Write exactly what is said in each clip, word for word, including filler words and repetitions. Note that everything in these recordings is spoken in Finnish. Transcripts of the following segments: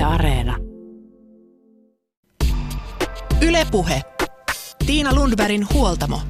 Areena. Yle Puhe. Tiina Lundbergin huoltamo.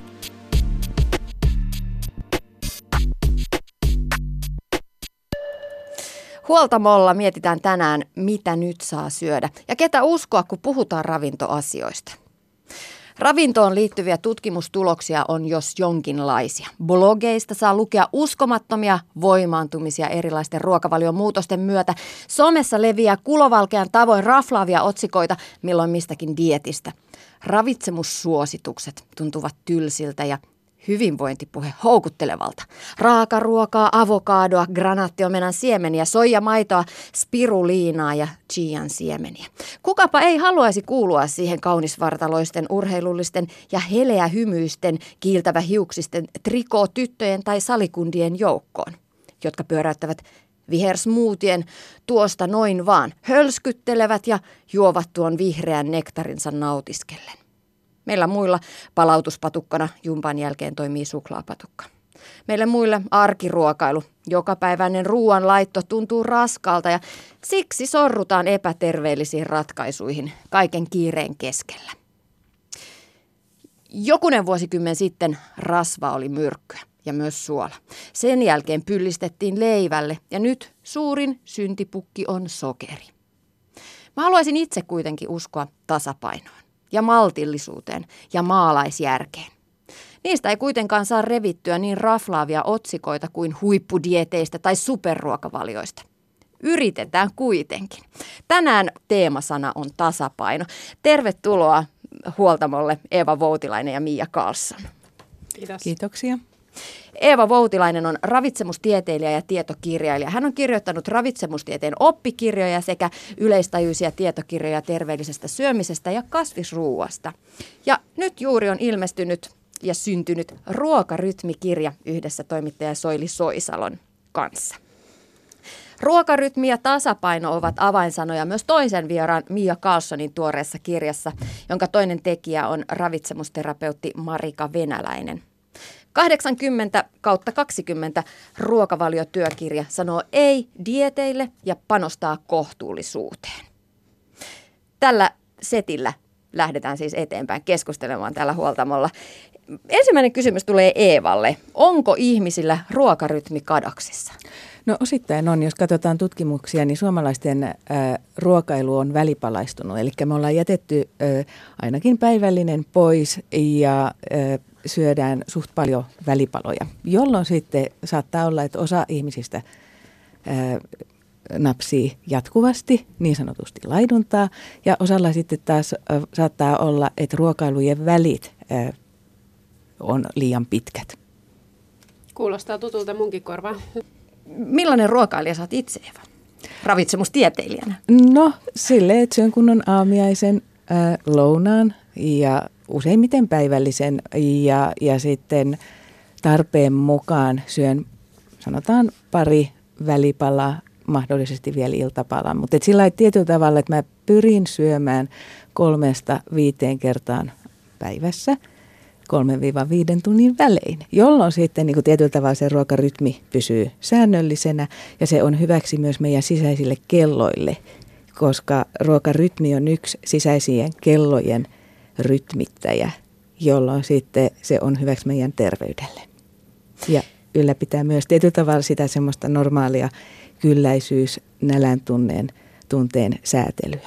Huoltamolla mietitään tänään, mitä nyt saa syödä ja ketä uskoa, kun puhutaan ravintoasioista. Ravintoon liittyviä tutkimustuloksia on jos jonkinlaisia. Blogeista saa lukea uskomattomia voimaantumisia erilaisten ruokavalion muutosten myötä. Somessa leviää kulovalkean tavoin raflaavia otsikoita milloin mistäkin dietistä. Ravitsemussuositukset tuntuvat tylsiltä ja hyvinvointipuhe houkuttelevalta. Raakaruokaa, avokadoa, granaattiomenan siemeniä, soijamaitoa, spiruliinaa ja chian siemeniä. Kukapa ei haluaisi kuulua siihen kaunisvartaloisten, urheilullisten ja heleähymyisten, kiiltävähiuksisten trikootyttöjen tai salikundien joukkoon, jotka pyöräyttävät vihersmuutien tuosta noin vaan, hölskyttelevät ja juovat tuon vihreän nektarinsa nautiskellen. Meillä muilla palautuspatukkana jumpan jälkeen toimii suklaapatukka. Meille muille arkiruokailu, jokapäiväinen ruoanlaitto tuntuu raskaalta ja siksi sorrutaan epäterveellisiin ratkaisuihin kaiken kiireen keskellä. Jokunen vuosikymmen sitten rasva oli myrkkyä ja myös suola. Sen jälkeen pyllistettiin leivälle ja nyt suurin syntipukki on sokeri. Mä haluaisin itse kuitenkin uskoa tasapainoon ja maltillisuuteen ja maalaisjärkeen. Niistä ei kuitenkaan saa revittyä niin raflaavia otsikoita kuin huippudieteistä tai superruokavalioista. Yritetään kuitenkin. Tänään teemasana on tasapaino. Tervetuloa huoltamolle Eeva Voutilainen ja Mia Karlsson. Kiitos. Kiitoksia. Eeva Voutilainen on ravitsemustieteilijä ja tietokirjailija. Hän on kirjoittanut ravitsemustieteen oppikirjoja sekä yleistajuisia tietokirjoja terveellisestä syömisestä ja kasvisruuasta. Ja nyt juuri on ilmestynyt ja syntynyt Ruokarytmi-kirja yhdessä toimittaja Soili Soisalon kanssa. Ruokarytmi ja tasapaino ovat avainsanoja myös toisen vieraan Mia Karlssonin tuoreessa kirjassa, jonka toinen tekijä on ravitsemusterapeutti Marika Venäläinen. kahdeksankymmentä kautta kaksikymmentä ruokavaliotyökirja sanoo ei dieteille ja panostaa kohtuullisuuteen. Tällä setillä lähdetään siis eteenpäin keskustelemaan tällä huoltamolla. Ensimmäinen kysymys tulee Eevalle. Onko ihmisillä ruokarytmi kadoksissa? No osittain on. Jos katsotaan tutkimuksia, niin suomalaisten ä, ruokailu on välipalaistunut. Eli me ollaan jätetty ä, ainakin päivällinen pois ja ä, syödään suht paljon välipaloja, jolloin sitten saattaa olla, että osa ihmisistä ää, napsii jatkuvasti, niin sanotusti laiduntaa, ja osalla sitten taas ä, saattaa olla, että ruokailujen välit ä, on liian pitkät. Kuulostaa tutulta munkin korvaan. Millainen ruokailija sä oot itse, Eeva, ravitsemustieteilijänä? No silleen, että syön kunnon aamiaisen, ä, lounaan ja useimmiten päivällisen ja, ja sitten tarpeen mukaan syön, sanotaan pari välipalaa, mahdollisesti vielä iltapalaa. Mutta sillä lailla tietyllä tavalla, että mä pyrin syömään kolmesta viiteen kertaan päivässä, kolmen viiva viiden tunnin välein, jolloin sitten niin kuin tietyllä tavalla se ruokarytmi pysyy säännöllisenä ja se on hyväksi myös meidän sisäisille kelloille, koska ruokarytmi on yksi sisäisien kellojen rytmittäjä, jolloin sitten se on hyväksi meidän terveydelle. Ja ylläpitää myös tietyllä tavalla sitä semmoista normaalia kylläisyys, nälän tunneen, tunteen säätelyä.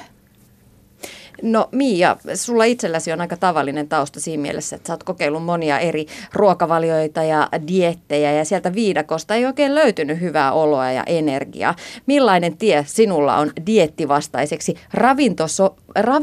No Mia, sulla itselläsi on aika tavallinen tausta siinä mielessä, että sä oot kokeillut monia eri ruokavalioita ja diettejä ja sieltä viidakosta ei oikein löytynyt hyvää oloa ja energiaa. Millainen tie sinulla on dieettivastaiseksi ravintoso,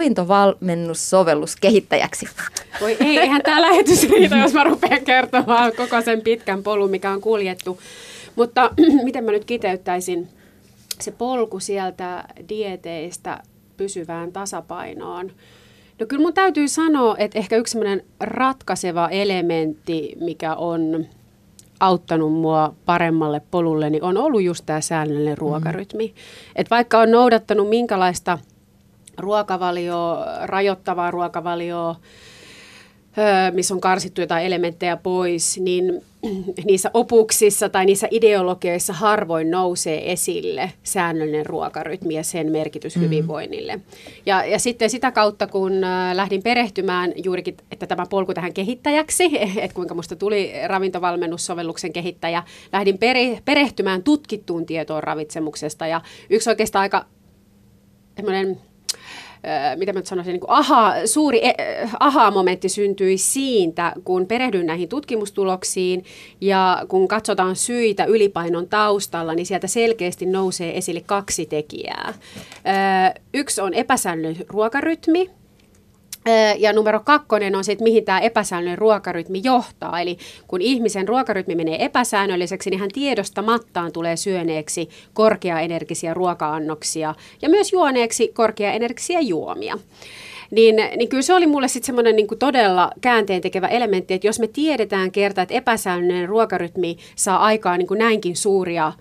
ravintovalmennussovelluskehittäjäksi? Voi ei, eihän tämä lähetys riitä, jos mä rupean kertomaan koko sen pitkän polun, mikä on kuljettu. Mutta miten mä nyt kiteyttäisin se polku sieltä dieteistä pysyvään tasapainoon. No kyllä mun täytyy sanoa, että ehkä yksi sellainen ratkaiseva elementti, mikä on auttanut mua paremmalle polulle, niin on ollut just tämä säännöllinen ruokarytmi. Mm. Että vaikka on noudattanut minkälaista ruokavalioa, rajoittavaa ruokavalioa, missä on karsittu jotain elementtejä pois, niin niissä opuksissa tai niissä ideologioissa harvoin nousee esille säännöllinen ruokarytmi ja sen merkitys mm. hyvinvoinnille. Ja, ja sitten sitä kautta, kun lähdin perehtymään juurikin, että tämä polku tähän kehittäjäksi, että kuinka musta tuli ravintovalmennussovelluksen kehittäjä, lähdin pere, perehtymään tutkittuun tietoon ravitsemuksesta. Ja yksi oikeastaan aika semmoinen, mitä mä sanoisin, niin kuin aha, suuri aha-momentti syntyi siitä, kun perehdyin näihin tutkimustuloksiin ja kun katsotaan syitä ylipainon taustalla, niin sieltä selkeästi nousee esille kaksi tekijää. Yksi on epäsäännöllinen ruokarytmi. Ja numero kakkonen on se, että mihin tämä epäsäännöllinen ruokarytmi johtaa. Eli kun ihmisen ruokarytmi menee epäsäännölliseksi, niin hän tiedostamattaan tulee syöneeksi korkeaenergisiä ruoka-annoksia ja myös juoneeksi korkeaenergisiä juomia. Niin, niin kyllä se oli mulle sitten semmoinen niin kuin todella käänteentekevä elementti, että jos me tiedetään kerta, että epäsäännöllinen ruokarytmi saa aikaan niin kuin näinkin suuria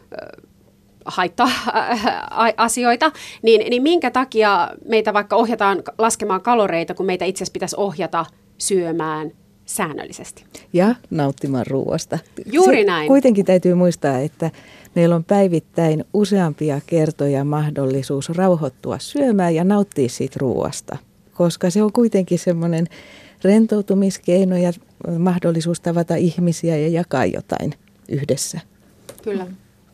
haitta-asioita, niin, niin minkä takia meitä vaikka ohjataan laskemaan kaloreita, kun meitä itse asiassa pitäisi ohjata syömään säännöllisesti. Ja nauttimaan ruoasta. Juuri näin. Se kuitenkin täytyy muistaa, että meillä on päivittäin useampia kertoja mahdollisuus rauhoittua syömään ja nauttia siitä ruoasta, koska se on kuitenkin semmoinen rentoutumiskeino ja mahdollisuus tavata ihmisiä ja jakaa jotain yhdessä. Kyllä.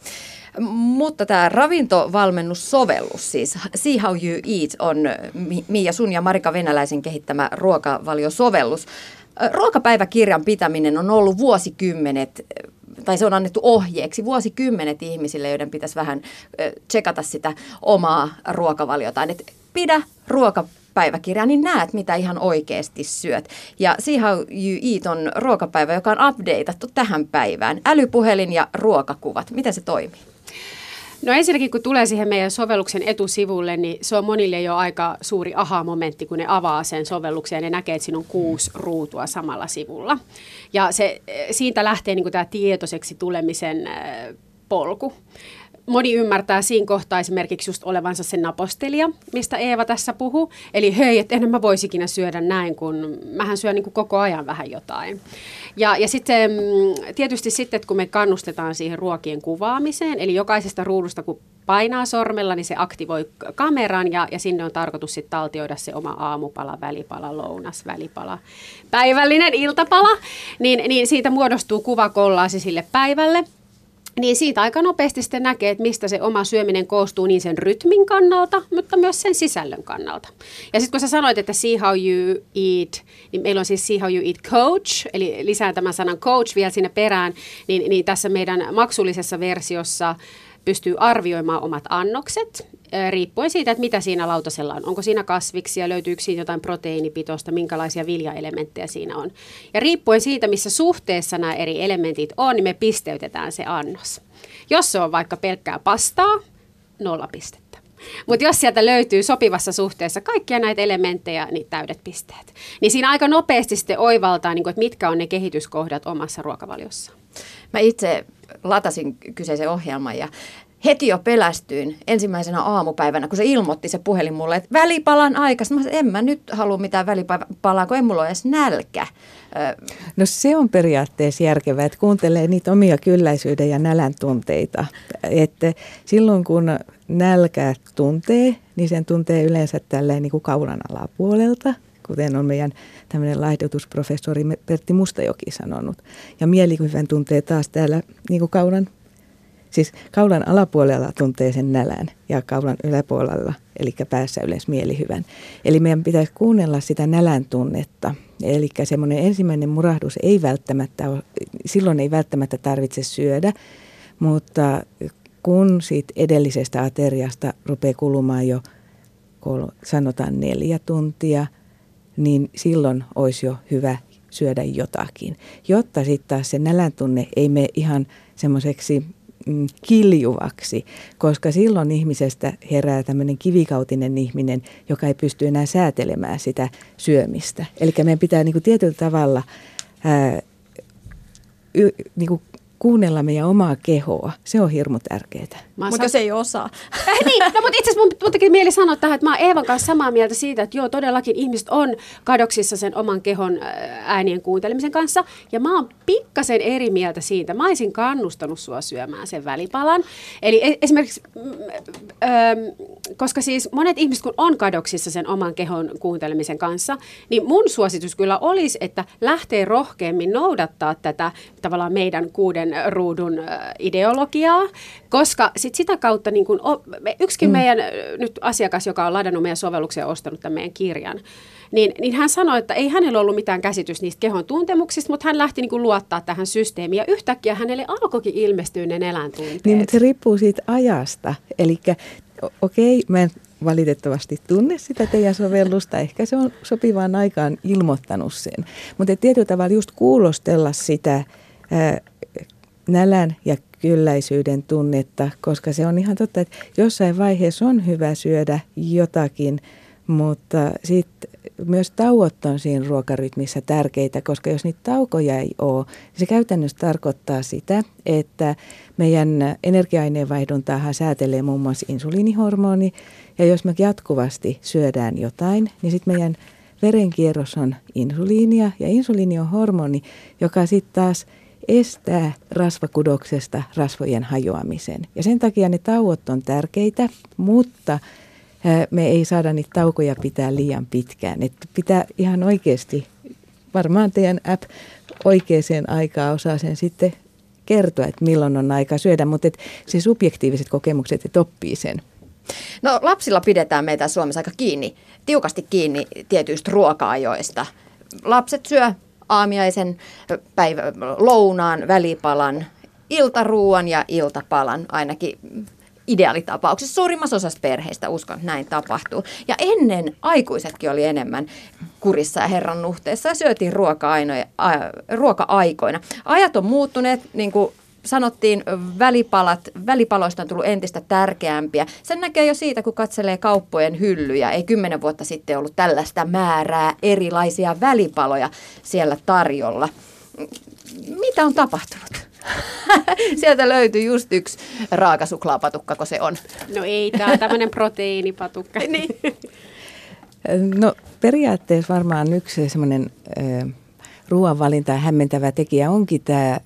Mutta tämä ravintovalmennussovellus, siis See How You Eat, on Miia sun ja Marika Venäläisen kehittämä ruokavaliosovellus. Ruokapäiväkirjan pitäminen on ollut vuosikymmenet, tai se on annettu ohjeeksi vuosikymmenet ihmisille, joiden pitäisi vähän tsekata sitä omaa ruokavaliotaan. Et pidä ruokapäiväkirjaa, niin näet, mitä ihan oikeasti syöt. Ja See How You Eat on ruokapäivä, joka on updateattu tähän päivään. Älypuhelin ja ruokakuvat. Miten se toimii? No ensinnäkin, kun tulee siihen meidän sovelluksen etusivulle, niin se on monille jo aika suuri aha-momentti, kun ne avaa sen sovelluksen ja ne näkee, että siinä on kuusi ruutua samalla sivulla. Ja se, siitä lähtee niin kuin tämä tietoiseksi tulemisen polku. Moni ymmärtää siinä kohtaa esimerkiksi just olevansa se napostelija, mistä Eeva tässä puhuu. Eli hei, että enhän mä voisikin syödä näin, kun mähän syön niin kuin koko ajan vähän jotain. Ja, ja sitten tietysti sitten, että kun me kannustetaan siihen ruokien kuvaamiseen, eli jokaisesta ruudusta kun painaa sormella, niin se aktivoi kameran ja, ja sinne on tarkoitus sitten taltioida se oma aamupala, välipala, lounas, välipala, päivällinen iltapala. Niin, niin siitä muodostuu kuvakollaasi sille päivälle. Niin siitä aika nopeasti sitten näkee, että mistä se oma syöminen koostuu niin sen rytmin kannalta, mutta myös sen sisällön kannalta. Ja sitten kun sä sanoit, että See How You Eat, niin meillä on siis See How You Eat Coach, eli lisää tämän sanan coach vielä sinne perään, niin, niin tässä meidän maksullisessa versiossa pystyy arvioimaan omat annokset, riippuen siitä, että mitä siinä lautasella on. Onko siinä kasviksia, löytyykö siinä jotain proteiinipitoista, minkälaisia viljaelementtejä siinä on. Ja riippuen siitä, missä suhteessa nämä eri elementit on, niin me pisteytetään se annos. Jos se on vaikka pelkkää pastaa, nolla pistettä. Mutta jos sieltä löytyy sopivassa suhteessa kaikkia näitä elementtejä, niin täydet pisteet. Niin siinä aika nopeasti sitten oivaltaa, että mitkä on ne kehityskohdat omassa ruokavaliossa. Mä itse latasin kyseisen ohjelman ja heti jo pelästyin ensimmäisenä aamupäivänä, kun se ilmoitti se puhelin mulle, että välipalan aika. Mä sanoin, en mä nyt halua mitään välipalaa, kun ei mulla ole edes nälkä. No se on periaatteessa järkevää, että kuuntelee niitä omia kylläisyyden ja nälän tunteita. Että silloin kun nälkää tuntee, niin sen tuntee yleensä tälleen niin kuin kaulan alapuolelta, kuten on meidän tämmöinen laihdutusprofessori Pertti Mustajoki sanonut. Ja mielihyvän tuntee taas täällä niin kuin kaulan, siis kaulan alapuolella tuntee sen nälän ja kaulan yläpuolella, eli päässä yleensä mielihyvän. Eli meidän pitäisi kuunnella sitä nälän tunnetta. Eli semmoinen ensimmäinen murahdus ei välttämättä ole, silloin ei välttämättä tarvitse syödä, mutta kun siitä edellisestä ateriasta rupeaa kulumaan jo sanotaan neljä tuntia, niin silloin olisi jo hyvä syödä jotakin, jotta sitten taas se nälän tunne ei mene ihan semmoiseksi mm, kiljuvaksi, koska silloin ihmisestä herää tämmöinen kivikautinen ihminen, joka ei pysty enää säätelemään sitä syömistä. Eli meidän pitää niinku tietyllä tavalla ää, y, niinku kuunnella meidän omaa kehoa. Se on hirmu tärkeää. Mutta jos ei osaa. Äh, niin, no, mutta itse asiassa mun, mun teki mieli sanoa tähän, että mä oon Eevan kanssa samaa mieltä siitä, että joo, todellakin ihmiset on kadoksissa sen oman kehon äänien kuuntelemisen kanssa. Ja mä oon pikkasen eri mieltä siitä. Mä olisin kannustanut sua syömään sen välipalan. Eli esimerkiksi, ähm, koska siis monet ihmiset, kun on kadoksissa sen oman kehon kuuntelemisen kanssa, niin mun suositus kyllä olisi, että lähtee rohkeammin noudattaa tätä tavallaan meidän kuuden ruudun ideologiaa, koska sit sitä kautta niin kun, yksikin mm. meidän nyt asiakas, joka on ladannut meidän sovelluksen ja ostanut tämän meidän kirjan, niin, niin hän sanoi, että ei hänellä ollut mitään käsitys niistä kehon tuntemuksista, mutta hän lähti niin kun luottaa tähän systeemiin ja yhtäkkiä hänelle alkoikin ilmestyä ne neläntunteet. Niin, mutta se riippuu siitä ajasta. Eli okei, mä en valitettavasti tunne sitä teidän sovellusta. Ehkä se on sopivaan aikaan ilmoittanut sen. Mutta tietyllä tavalla just kuulostella sitä ää, nälän ja kylläisyyden tunnetta, koska se on ihan totta, että jossain vaiheessa on hyvä syödä jotakin, mutta sitten myös tauot on siinä ruokarytmissä tärkeitä, koska jos niitä taukoja ei ole, niin se käytännössä tarkoittaa sitä, että meidän energia-aineenvaihduntaahan säätelee muun muassa insuliinihormoni, ja jos me jatkuvasti syödään jotain, niin sitten meidän verenkierros on insuliinia, ja insuliini on hormoni, joka sitten taas estää rasvakudoksesta rasvojen hajoamisen. Ja sen takia ne tauot on tärkeitä, mutta me ei saada niitä taukoja pitää liian pitkään. Että pitää ihan oikeasti, varmaan teidän app oikeaan aikaan osaa sen sitten kertoa, että milloin on aika syödä, mutta se subjektiiviset kokemukset, että oppii sen. No lapsilla pidetään meitä Suomessa aika kiinni, tiukasti kiinni tietyistä ruoka-ajoista. Lapset syö aamiaisen, päivä, lounaan, välipalan, iltaruuan ja iltapalan ainakin ideaalitapauksessa. Suurimmassa osassa perheistä uskon, että näin tapahtuu. Ja ennen aikuisetkin oli enemmän kurissa ja herran nuhteessa ja syötiin ruoka-aikoina. Ajat on muuttuneet, niin kuin sanottiin, välipalat, välipaloista on tullut entistä tärkeämpiä. Sen näkee jo siitä, kun katselee kauppojen hyllyjä. Ei kymmenen vuotta sitten ollut tällaista määrää erilaisia välipaloja siellä tarjolla. Mitä on tapahtunut? Sieltä löytyy just yksi raakasuklaapatukka, kun se on. No ei, tämä on tämmöinen proteiinipatukka. Niin. No periaatteessa varmaan yksi semmoinen äh, ruoanvalintaa hämmentävä tekijä onkin tämä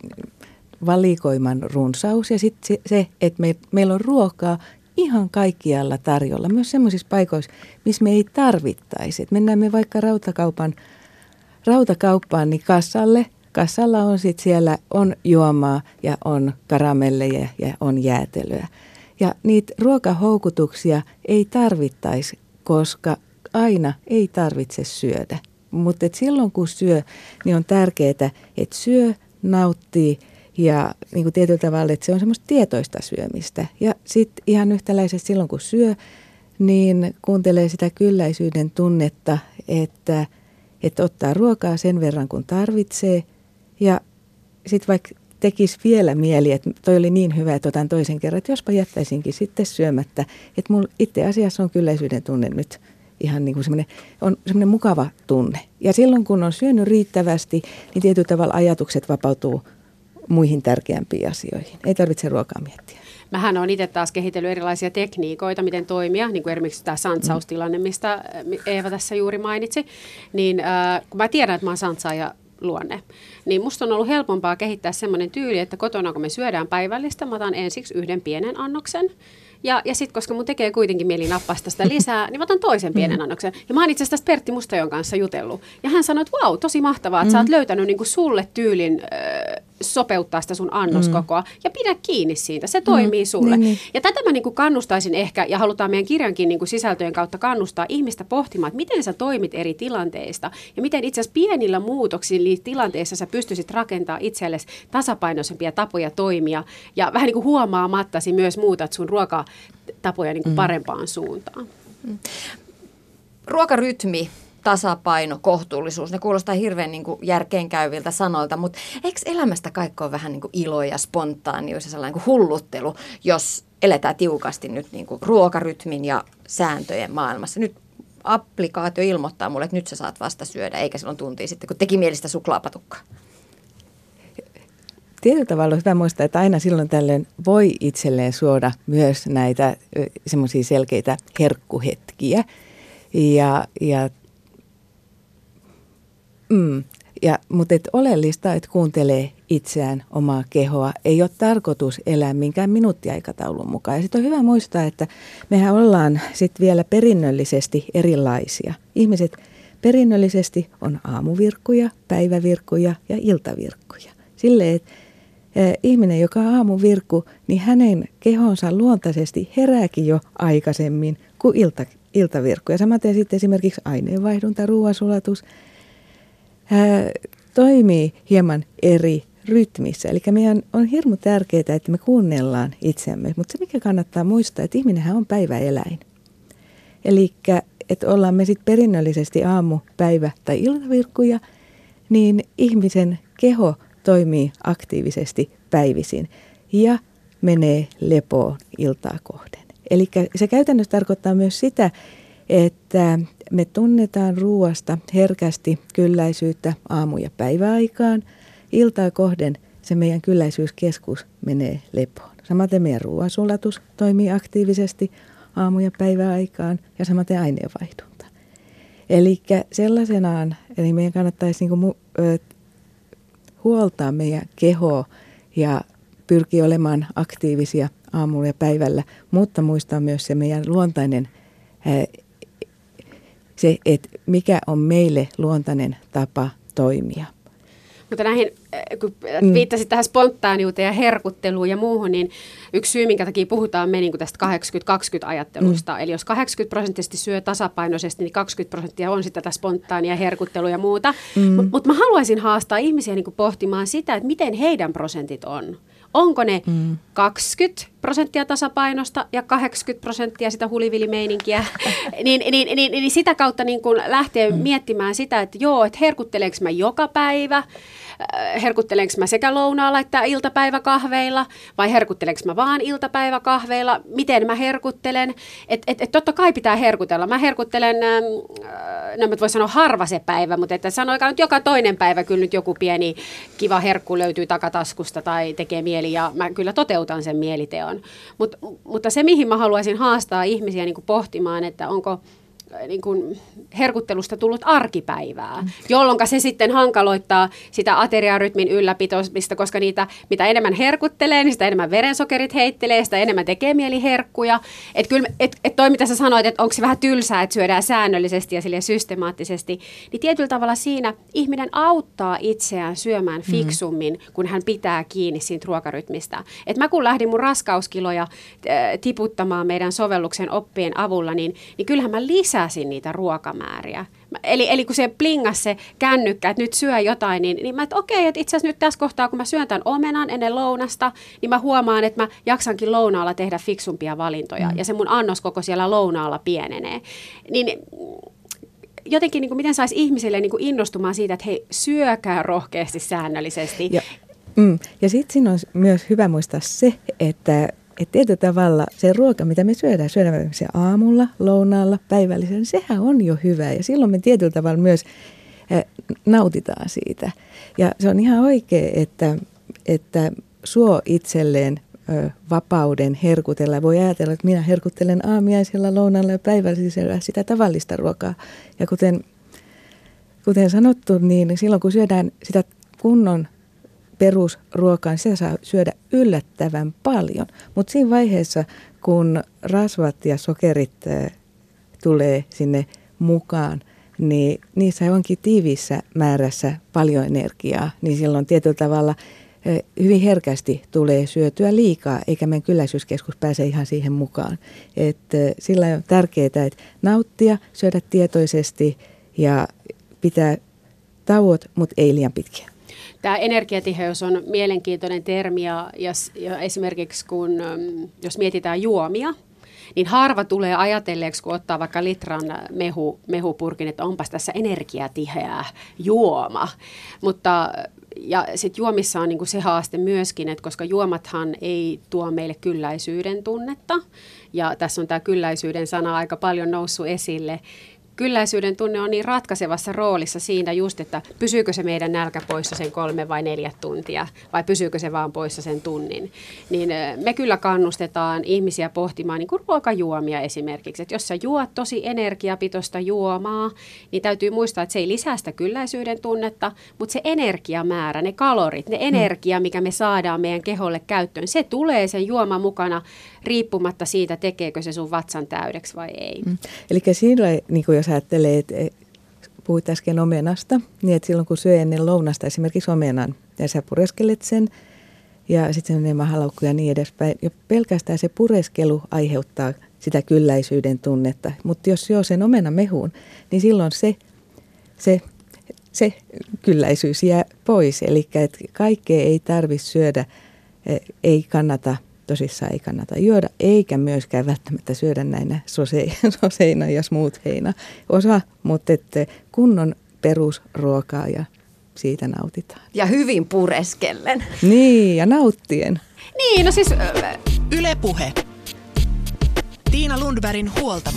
valikoiman runsaus ja sitten se, se, että me, meillä on ruokaa ihan kaikkialla tarjolla. Myös semmoisissa paikoissa, missä me ei tarvittaisi. Et mennään me vaikka rautakaupan, rautakauppaan, niin kassalle. Kassalla on sitten siellä on juomaa ja on karamelleja ja on jäätelöä. Ja niitä ruokahoukutuksia ei tarvittaisi, koska aina ei tarvitse syödä. Mutta silloin kun syö, niin on tärkeää, että syö, nauttii ja niin kuin tietyllä tavalla, että se on semmoista tietoista syömistä. Ja sitten ihan yhtäläisesti silloin kun syö, niin kuuntelee sitä kylläisyyden tunnetta, että, että ottaa ruokaa sen verran kun tarvitsee. Ja sitten vaikka tekisi vielä mieli, että toi oli niin hyvä, että otan toisen kerran, että jospa jättäisinkin sitten syömättä. Että mulla itse asiassa on kylläisyyden tunne nyt ihan niin kuin semmoinen, on semmoinen mukava tunne. Ja silloin kun on syönyt riittävästi, niin tietyllä tavalla ajatukset vapautuu muihin tärkeämpiin asioihin. Ei tarvitse ruokaa miettiä. Mähän olen itse taas kehitellyt erilaisia tekniikoita, miten toimia, niin kuin esimerkiksi tämä santsaustilanne, mistä Eeva tässä juuri mainitsi. Niin äh, kun mä tiedän, että mä oon santsaaja luonne, niin musta on ollut helpompaa kehittää semmoinen tyyli, että kotona kun me syödään päivällistä, mä otan ensiksi yhden pienen annoksen. Ja, ja sitten, koska mun tekee kuitenkin mieli nappasta sitä lisää, niin mä otan toisen pienen annoksen. Ja mä oon itse asiassa tästä Pertti Mustajon kanssa jutellut. Ja hän sanoi, että vau, tosi mahtavaa, että mm. sä oot löytänyt niinku sulle tyylin äh, sopeuttaa sitä sun annoskokoa. Mm. Ja pidä kiinni siitä, se toimii mm. sulle. Niin, niin. Ja tätä mä niinku kannustaisin ehkä, ja halutaan meidän kirjankin niinku sisältöjen kautta kannustaa ihmistä pohtimaan, että miten sä toimit eri tilanteista. Ja miten itse asiassa pienillä muutoksilla tilanteissa sä pystyisit rakentamaan itsellesi tasapainoisempia tapoja toimia. Ja vähän niin kuin huomaamattasi myös muutat sun ruokaa tapoja niin kuin parempaan suuntaan. Mm. Ruokarytmi, tasapaino, kohtuullisuus, ne kuulostaa hirveän niin kuin järkeenkäyviltä sanoilta, mutta eikö elämästä kaikki ole vähän niin kuin ilo ja spontaanius ja sellainen kuin hulluttelu, jos eletään tiukasti nyt niin kuin ruokarytmin ja sääntöjen maailmassa? Nyt applikaatio ilmoittaa mulle, että nyt sä saat vasta syödä, eikä silloin tuntia sitten, kun teki mielistä suklaapatukkaa. tietyllä tavalla on hyvä muistaa, että aina silloin tällöin voi itselleen suoda myös näitä semmoisia selkeitä herkkuhetkiä. Ja, ja, mm, ja, mutta et oleellista, että kuuntelee itseään, omaa kehoa. Ei ole tarkoitus elää minkään minuuttiaikataulun mukaan. Ja sitten on hyvä muistaa, että mehän ollaan sitten vielä perinnöllisesti erilaisia. Ihmiset perinnöllisesti on aamuvirkkuja, päivävirkkuja ja iltavirkkuja. Silleen, että ihminen, joka on aamuvirkku, niin hänen kehonsa luontaisesti herääkin jo aikaisemmin kuin ilta, iltavirkku. Ja samaten sitten esimerkiksi aineenvaihdunta, ruoansulatus ää, toimii hieman eri rytmissä. Eli meidän on hirmu tärkeää, että me kuunnellaan itseämme. Mutta se, mikä kannattaa muistaa, että ihminenhän on päiväeläin. Eli että ollaan me sitten perinnöllisesti aamu, päivä tai iltavirkkuja, niin ihmisen keho toimii aktiivisesti päivisin ja menee lepoon iltaa kohden. Eli se käytännössä tarkoittaa myös sitä, että me tunnetaan ruoasta herkästi kylläisyyttä aamu- ja päiväaikaan. Iltaa kohden se meidän kylläisyyskeskus menee lepoon. Samaten meidän ruoansulatus toimii aktiivisesti aamu- ja päiväaikaan ja samaten aineenvaihdunta. Eli sellaisenaan, eli meidän kannattaisi niinku, ö, huoltaa meidän kehoa ja pyrkiä olemaan aktiivisia aamulla ja päivällä, mutta muistaa myös se meidän luontainen, se, että mikä on meille luontainen tapa toimia. Mutta näihin, kun viittasit tähän spontaaniuteen ja herkutteluun ja muuhun, niin yksi syy, minkä takia puhutaan me niin kuin tästä kahdeksankymmentä kaksikymmentä-ajattelusta. Mm. Eli jos kahdeksankymmentä prosenttisesti syö tasapainoisesti, niin kaksikymmentä prosenttia on sitten tätä spontaania herkuttelua ja muuta. Mm. Mutta mut mä haluaisin haastaa ihmisiä niin kuin pohtimaan sitä, että miten heidän prosentit on. Onko ne mm. kaksikymmentä prosenttia tasapainosta ja kahdeksankymmentä prosenttia sitä hulivilimeininkiä, niin, niin, niin, niin, niin sitä kautta niin kun lähtee mm. miettimään sitä, että joo, että herkutteleeko mä joka päivä, herkutteleeko mä sekä lounaalla että iltapäiväkahveilla, vai herkutteleeko mä vaan iltapäiväkahveilla, miten mä herkuttelen. Että et, et totta kai pitää herkutella. Mä herkuttelen, no mä voin sanoa harva se päivä, mutta että sanoikaan nyt joka toinen päivä kyllä nyt joku pieni kiva herkku löytyy takataskusta tai tekee mieli, ja mä kyllä toteutan sen mieliteon. Mut, mutta se, mihin mä haluaisin haastaa ihmisiä niin kuin pohtimaan, että onko niin kuin herkuttelusta tullut arkipäivää, mm. jolloin se sitten hankaloittaa sitä ateriarytmin ylläpitomista, koska niitä, mitä enemmän herkuttelee, niin sitä enemmän verensokerit heittelee, sitä enemmän tekee mieli herkkuja. Että kyllä, et, et toi mitä sä sanoit, että onko se vähän tylsää, että syödään säännöllisesti ja systemaattisesti, niin tietyllä tavalla siinä ihminen auttaa itseään syömään fiksummin, mm. kun hän pitää kiinni siitä ruokarytmistä. Et mä kun lähdin mun raskauskiloja äh, tiputtamaan meidän sovelluksen oppien avulla, niin, niin kyllähän mä lisään niitä ruokamääriä. Eli, eli kun se plingas se kännykkä, että nyt syö jotain, niin, niin mä, että okei, että itse asiassa nyt tässä kohtaa, kun mä syön tämän omenan ennen lounasta, niin mä huomaan, että mä jaksankin lounaalla tehdä fiksumpia valintoja, mm. ja se mun annoskoko siellä lounaalla pienenee. Niin jotenkin, niin kuin, miten saisi ihmisille niin kuin innostumaan siitä, että hei, syökää rohkeasti säännöllisesti. Ja, mm, ja sitten siinä on myös hyvä muistaa se, että että tietyllä tavalla se ruoka, mitä me syödään, syödään se aamulla, lounaalla, päivällisellä, niin sehän on jo hyvä. Ja silloin me tietyllä tavalla myös äh, nautitaan siitä. Ja se on ihan oikein, että, että suo itselleen äh, vapauden herkutella. Voi ajatella, että minä herkuttelen aamiaisella, lounalla ja päivällisellä sitä tavallista ruokaa. Ja kuten, kuten sanottu, niin silloin kun syödään sitä kunnon perusruokaan, sitä saa syödä yllättävän paljon. Mutta siinä vaiheessa, kun rasvat ja sokerit äh, tulee sinne mukaan, niin niissä onkin tiiviissä määrässä paljon energiaa. Niin silloin tietyllä tavalla äh, hyvin herkästi tulee syötyä liikaa, eikä meidän kylläisyyskeskus pääse ihan siihen mukaan. Et, äh, sillä on tärkeää, että nauttia, syödä tietoisesti ja pitää tauot, mutta ei liian pitkiä. Tämä energiatiheys on mielenkiintoinen termi, ja, ja, ja esimerkiksi kun, jos mietitään juomia, niin harva tulee ajatelleeksi, kun ottaa vaikka litran mehu, mehupurkin, että onpas tässä energiatiheä juoma. Mutta ja sitten juomissa on niinku se haaste myöskin, että koska juomathan ei tuo meille kylläisyyden tunnetta, ja tässä on tämä kylläisyyden sana aika paljon noussut esille, kylläisyyden tunne on niin ratkaisevassa roolissa siinä just, että pysyykö se meidän nälkä poissa sen kolme vai neljä tuntia vai pysyykö se vaan poissa sen tunnin. Niin me kyllä kannustetaan ihmisiä pohtimaan niin kuin ruokajuomia esimerkiksi. Että jos sä juot tosi energiapitoista juomaa, niin täytyy muistaa, että se ei lisää sitä kylläisyyden tunnetta, mutta se energiamäärä, ne kalorit, ne energia, mikä me saadaan meidän keholle käyttöön, se tulee sen juoman mukana riippumatta siitä, tekeekö se sun vatsan täydeksi vai ei. Mm. Eli silloin, niin kuin jos ajattelee, että puhuit äsken omenasta, niin että silloin kun syö ennen lounasta esimerkiksi omenan ja sä pureskelet sen ja sitten semmoinen mahalaukku ja niin edespäin, jo pelkästään se pureskelu aiheuttaa sitä kylläisyyden tunnetta, mutta jos syö sen omenan mehuun, niin silloin se, se, se kylläisyys jää pois, eli että kaikkea ei tarvitse syödä, ei kannata tosissaan ei kannata juoda, eikä myöskään välttämättä syödä näinä soseina ja smoothieina osa, mutta että kunnon perusruokaa ja siitä nautitaan. Ja hyvin pureskellen. Niin, ja nauttien. Niin, no siis... Yle Puhe. Tiina Lundbergin huoltamo.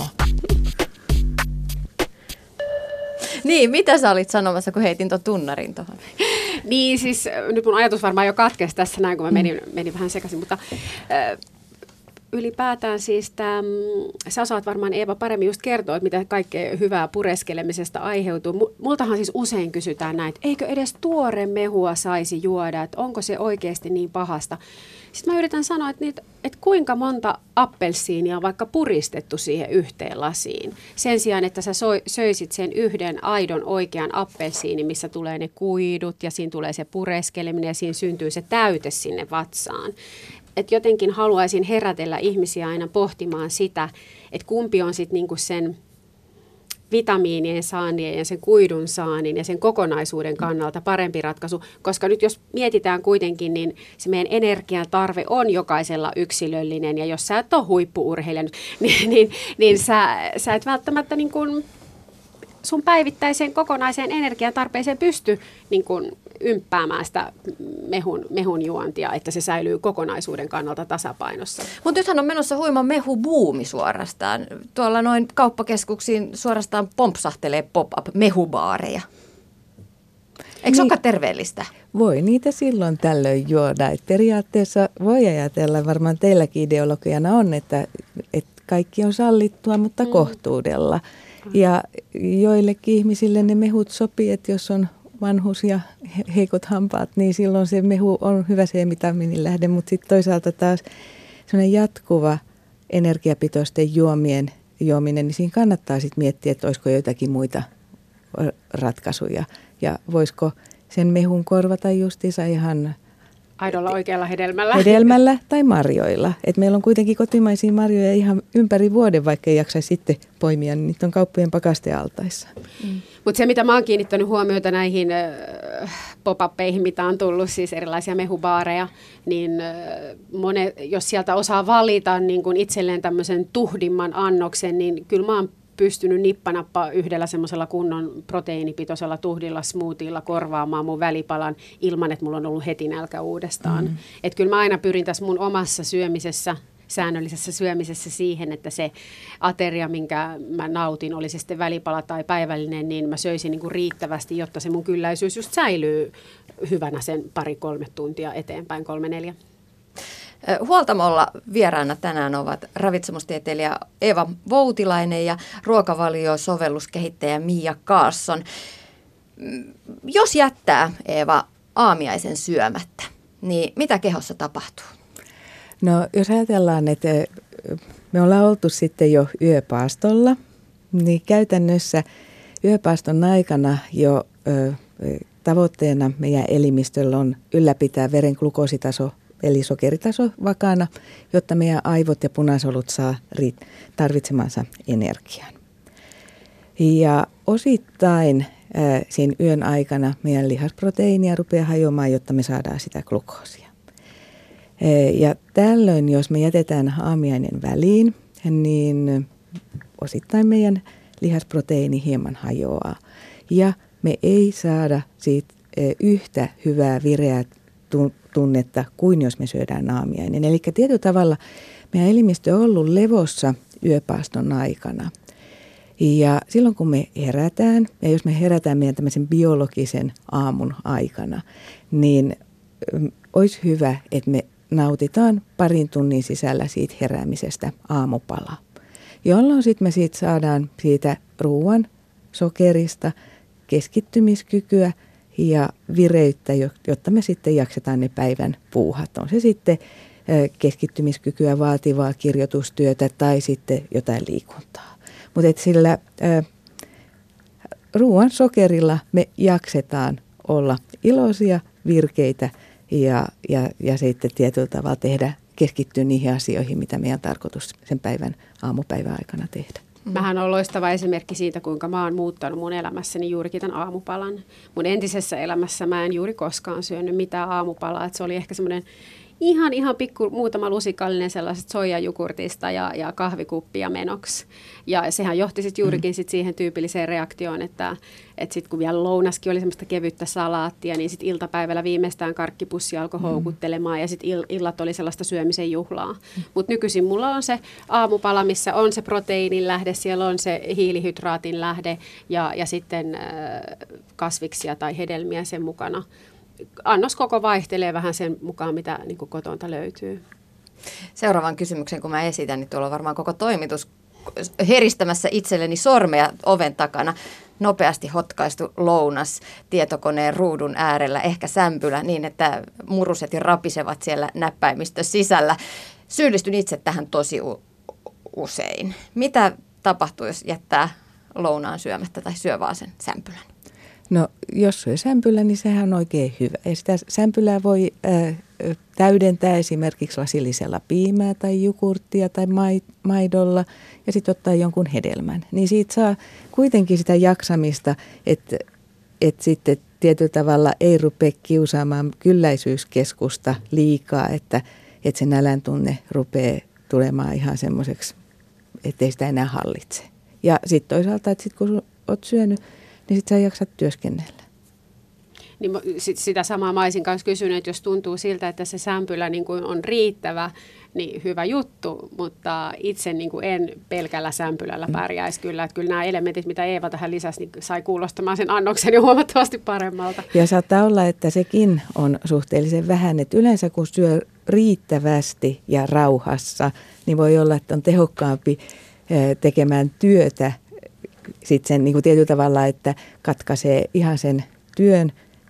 Niin, mitä sä olit sanomassa, kun heitin tuon tunnarin tuohon? Niin siis, nyt mun ajatus varmaan jo katkesi tässä näin, kun mä menin, menin vähän sekaisin, mutta äh, ylipäätään siis tämä, sä osaat varmaan Eeva paremmin just kertoa, että mitä kaikkea hyvää pureskelemisesta aiheutuu. Multahan siis usein kysytään näin, että eikö edes tuore mehua saisi juoda, että onko se oikeasti niin pahasta. Sitten mä yritän sanoa, että, niitä, että kuinka monta appelsiinia on vaikka puristettu siihen yhteen lasiin. Sen sijaan, että sä söisit sen yhden aidon oikean appelsiinin, missä tulee ne kuidut ja siinä tulee se pureskeleminen ja siinä syntyy se täyte sinne vatsaan. Että jotenkin haluaisin herätellä ihmisiä aina pohtimaan sitä, että kumpi on sitten niinku sen vitamiinien saannin ja sen kuidun saannin ja sen kokonaisuuden kannalta parempi ratkaisu, koska nyt jos mietitään kuitenkin, niin se meidän energian tarve on jokaisella yksilöllinen ja jos sä et ole huippu-urheilija, niin, niin, niin sä, sä et välttämättä niin kuin sun päivittäiseen kokonaiseen energian tarpeeseen pysty niin kuin ymppäämään sitä mehun, mehun juontia, että se säilyy kokonaisuuden kannalta tasapainossa. Mutta nythän on menossa huima mehubuumi suorastaan. Tuolla noin kauppakeskuksiin suorastaan pompsahtelee pop-up mehubaareja. Eikö niin, se olekaan terveellistä? Voi niitä silloin tällöin juoda. Et periaatteessa voi ajatella, varmaan teilläkin ideologiana on, että, että kaikki on sallittua, mutta mm. kohtuudella. Ja joillekin ihmisille ne mehut sopii, että jos on vanhus ja heikot hampaat, niin silloin se mehu on hyvä C-vitamiinin lähde, mutta sitten toisaalta taas sellainen jatkuva energiapitoisten juomien juominen, niin siinä kannattaa sitten miettiä, että olisiko joitakin muita ratkaisuja ja voisiko sen mehun korvata justiinsa ihan aidolla oikealla hedelmällä. Hedelmällä tai marjoilla. Et meillä on kuitenkin kotimaisia marjoja ihan ympäri vuoden, vaikka ei jaksaisi sitten poimia, niin niitä on kauppojen pakastealtaissa. Mm. Mutta se, mitä mä oon kiinnittänyt huomiota näihin äh, pop-uppeihin, mitä on tullut, siis erilaisia mehubaareja, niin äh, monet, jos sieltä osaa valita niin kun itselleen tämmöisen tuhdimman annoksen, niin kyllä mä oon pystynyt nippanappa yhdellä semmoisella kunnon proteiinipitoisella tuhdilla smoothiella korvaamaan mun välipalan ilman, että mulla on ollut heti nälkä uudestaan. Mm. Että kyllä mä aina pyrin tässä mun omassa syömisessä, säännöllisessä syömisessä siihen, että se ateria, minkä mä nautin, oli se sitten välipala tai päivällinen, niin mä söisin niin kuin riittävästi, jotta se mun kylläisyys just säilyy hyvänä sen pari-kolme tuntia eteenpäin, kolme-neljä. Huoltamolla vieraana tänään ovat ravitsemustieteilijä Eeva Voutilainen ja ruokavaliosovelluskehittäjä Mia Carlsson. Jos jättää, Eeva, aamiaisen syömättä, niin mitä kehossa tapahtuu? No jos ajatellaan, että me ollaan oltu sitten jo yöpaastolla, niin käytännössä yöpaaston aikana jo ö, tavoitteena meidän elimistöllä on ylläpitää veren glukoositaso eli sokeritaso vakaana, jotta meidän aivot ja punasolut saa tarvitsemansa energian. Ja osittain ää, siinä yön aikana meidän lihasproteiinia rupeaa hajoamaan, jotta me saadaan sitä glukoosia. Ää, ja tällöin, jos me jätetään aamiainen väliin, niin osittain meidän lihasproteiini hieman hajoaa. Ja me ei saada siitä ää, yhtä hyvää vireää tunnetta kuin jos me syödään aamiainen. Eli tietyllä tavalla meidän elimistö on ollut levossa yöpaaston aikana. Ja silloin kun me herätään, ja jos me herätään meidän tämmöisen biologisen aamun aikana, niin olisi hyvä, että me nautitaan parin tunnin sisällä siitä heräämisestä aamupalaa, jolloin sitten me siitä saadaan siitä ruoan, sokerista, keskittymiskykyä ja vireyttä, jotta me sitten jaksetaan ne päivän puuhat. On se sitten keskittymiskykyä vaativaa kirjoitustyötä tai sitten jotain liikuntaa. Mutta sillä äh, ruoan sokerilla me jaksetaan olla iloisia, virkeitä ja, ja, ja sitten tietyllä tavalla tehdä, keskittyä niihin asioihin, mitä meidän on tarkoitus sen päivän aamupäivän aikana tehdä. Mähän on loistava esimerkki siitä, kuinka mä oon muuttanut mun elämässäni juurikin tämän aamupalan. Mun entisessä elämässä mä en juuri koskaan syönyt mitään aamupalaa. Et se oli ehkä semmoinen ihan, ihan pikku, muutama lusikallinen sellaisesta soijajukurtista ja, ja kahvikuppia menoksi. Ja sehän johti sitten juurikin sit siihen tyypilliseen reaktioon, että et sitten kun vielä lounaskin oli semmoista kevyttä salaattia, niin sitten iltapäivällä viimeistään karkkipussi alkoi houkuttelemaan ja sitten illat oli sellaista syömisen juhlaa. Mutta nykyisin mulla on se aamupala, missä on se proteiinin lähde, siellä on se hiilihydraatin lähde ja, ja sitten äh, kasviksia tai hedelmiä sen mukana. Annos koko vaihtelee vähän sen mukaan, mitä niin kuin kotonta löytyy. Seuraavan kysymyksen, kun mä esitän, niin tuolla on varmaan koko toimitus heristämässä itselleni sormea oven takana. Nopeasti hotkaistu lounas tietokoneen ruudun äärellä, ehkä sämpylä niin, että muruset ja rapisevat siellä näppäimistön sisällä. Syyllistyn itse tähän tosi u- usein. Mitä tapahtuu, jos jättää lounaan syömättä tai syö vaan sen sämpylän? No jos syö sämpylä, niin sehän on oikein hyvä. Ja sitä sämpylää voi äh, täydentää esimerkiksi lasillisella piimää tai jukurttia tai maidolla ja sitten ottaa jonkun hedelmän. Niin siitä saa kuitenkin sitä jaksamista, että, että sitten tietyllä tavalla ei rupea kiusaamaan kylläisyyskeskusta liikaa, että, että se nälän tunne rupeaa tulemaan ihan semmoiseksi, ettei sitä enää hallitse. Ja sitten toisaalta, että sit kun olet syönyt, niin sitten sä jaksat työskennellä. Niin sit sitä samaa mä olisin kanssa kysynyt, että jos tuntuu siltä, että se sämpylä niin kuin on riittävä, niin hyvä juttu, mutta itse niin kuin en pelkällä sämpylällä pärjäisi kyllä. Että kyllä nämä elementit, mitä Eeva tähän lisäsi, niin sai kuulostamaan sen annoksen jo huomattavasti paremmalta. Ja saattaa olla, että sekin on suhteellisen vähän, että yleensä kun syö riittävästi ja rauhassa, niin voi olla, että on tehokkaampi tekemään työtä sitten sen niin kuin tietyllä tavalla, että katkaisee ihan sen työn,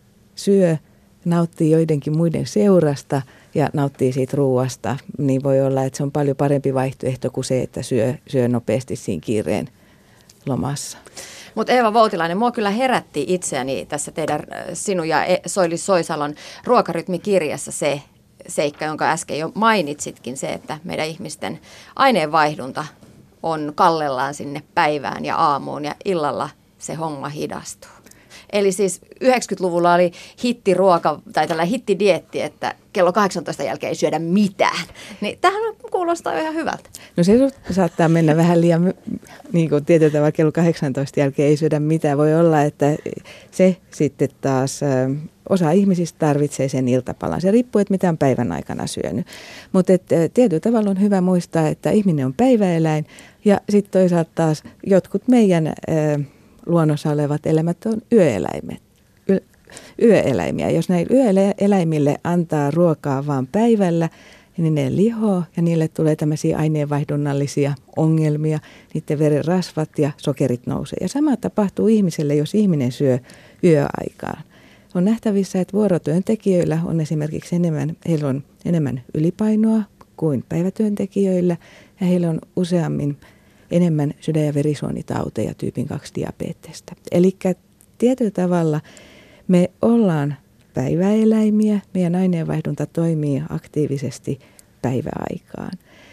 syö, nauttii joidenkin muiden seurasta ja nauttii siitä ruuasta, niin voi olla, että se on paljon parempi vaihtoehto kuin se, että syö, syö nopeasti siinä kiireen lomassa. Mutta Eeva Voutilainen, mua kyllä herätti itseäni tässä teidän sinun ja Soilis Soisalon ruokarytmikirjassa se seikka, jonka äsken jo mainitsitkin, se, että meidän ihmisten aineenvaihdunta on kallellaan sinne päivään ja aamuun ja illalla se homma hidastuu. Eli siis yhdeksänkymmentäluvulla oli hittiruoka tai tällainen hittidieetti, että kello kahdeksantoista jälkeen ei syödä mitään. Niin tämähän kuulostaa ihan hyvältä. No se saattaa mennä vähän liian, niin kuin tietyllä tavalla kello kahdeksantoista jälkeen ei syödä mitään. Voi olla, että se sitten taas, osa ihmisistä tarvitsee sen iltapalan. Se riippuu, että mitä on päivän aikana syönyt. Mutta tietyllä tavalla on hyvä muistaa, että ihminen on päiväeläin ja sitten toisaalta taas jotkut meidän luonnossa olevat eläimet on yöeläimet, yö, yöeläimiä. Jos näille yöeläimille antaa ruokaa vain päivällä, niin ne lihoo ja niille tulee tämmöisiä aineenvaihdunnallisia ongelmia, niiden veren rasvat ja sokerit nousee. Ja sama tapahtuu ihmiselle, jos ihminen syö yöaikaan. On nähtävissä, että vuorotyöntekijöillä on esimerkiksi enemmän, heillä on enemmän ylipainoa kuin päivätyöntekijöillä ja heillä on useammin enemmän sydän- ja verisuonitauteja tyypin kaksi diabetestä. Eli tietyllä tavalla me ollaan päiväeläimiä, meidän aineenvaihdunta toimii aktiivisesti päiväaikaan.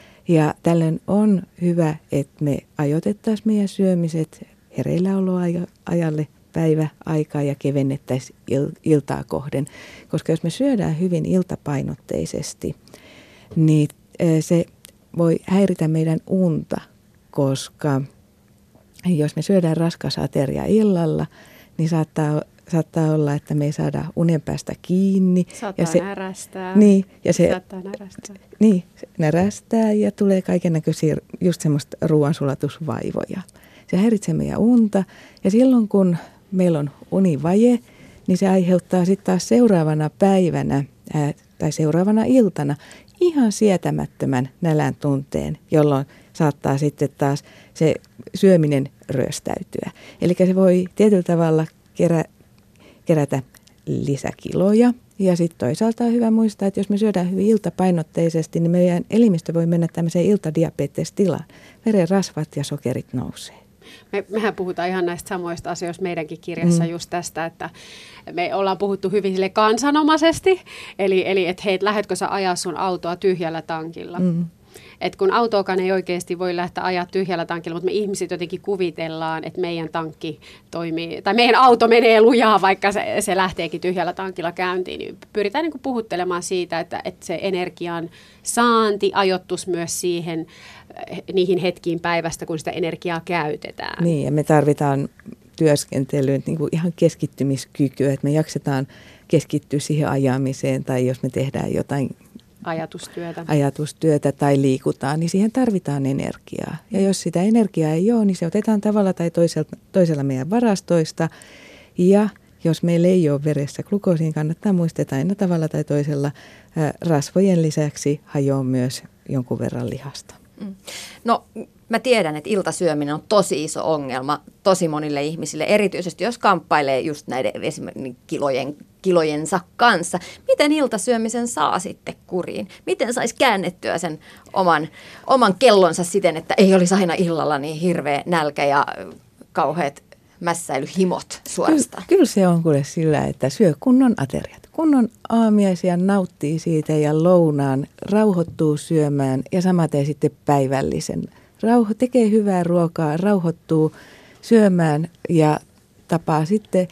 Ja tällöin on hyvä, että me ajoitettaisiin meidän syömiset hereilläoloajalle päiväaikaa ja kevennettäisiin il- iltaa kohden. Koska jos me syödään hyvin iltapainotteisesti, niin se voi häiritä meidän unta. Koska jos me syödään raskas ateria illalla, niin saattaa, saattaa olla, että me ei saada unen päästä kiinni. Saattaa ja se, närästää. Niin, ja se, saattaa närästää. Niin, se närästää ja tulee kaikennäköisiä just semmoista ruoansulatusvaivoja. se häiritsee meidän unta. Ja silloin kun meillä on univaje, niin se aiheuttaa sitten taas seuraavana päivänä ää, tai seuraavana iltana ihan sietämättömän nälän tunteen, jolloin saattaa sitten taas se syöminen ryöstäytyä. Eli se voi tietyllä tavalla kerä, kerätä lisäkiloja. Ja sitten toisaalta on hyvä muistaa, että jos me syödään hyvin iltapainotteisesti, niin meidän elimistö voi mennä tämmöiseen iltadiabetes-tilaan. Veren rasvat ja sokerit nousee. Me, mehän puhutaan ihan näistä samoista asioista meidänkin kirjassa mm. just tästä, että me ollaan puhuttu hyvin sille kansanomaisesti, eli, eli että hei, lähdetkö sä ajaa sun autoa tyhjällä tankilla. Mm. Et kun autoakaan ei oikeasti voi lähteä ajaa tyhjällä tankilla, mutta me ihmiset jotenkin kuvitellaan, että meidän tankki toimii, tai meidän auto menee lujaa, vaikka se, se lähteekin tyhjällä tankilla käyntiin, niin pyritään niin kuin puhuttelemaan siitä, että, että se energian saanti ajoittuisi myös siihen, niihin hetkiin päivästä, kun sitä energiaa käytetään. Niin, ja me tarvitaan työskentelyyn niin kuin ihan keskittymiskykyä, että me jaksetaan keskittyä siihen ajamiseen, tai jos me tehdään jotain Ajatustyötä. ajatustyötä tai liikutaan, niin siihen tarvitaan energiaa. Ja jos sitä energiaa ei ole, niin se otetaan tavalla tai toisella, toisella meidän varastoista. Ja jos meillä ei ole veressä glukoosia, niin kannattaa muistaa, että aina tavalla tai toisella ää, rasvojen lisäksi hajoaa myös jonkun verran lihasta. No mä tiedän, että iltasyöminen on tosi iso ongelma tosi monille ihmisille, erityisesti jos kamppailee just näiden esimerkiksi kilojen, kilojensa kanssa. Miten iltasyömisen saa sitten kuriin? Miten saisi käännettyä sen oman, oman kellonsa siten, että ei olisi aina illalla niin hirveä nälkä ja kauheat mässäilyhimot suorastaan? Kyllä, kyllä se on kuule sillä, että syö kunnon ateriat. Kunnon aamiaisia nauttii siitä ja lounaan rauhoittuu syömään ja samaten sitten päivällisen. Rauho, tekee hyvää ruokaa, rauhoittuu syömään ja tapaa sitten,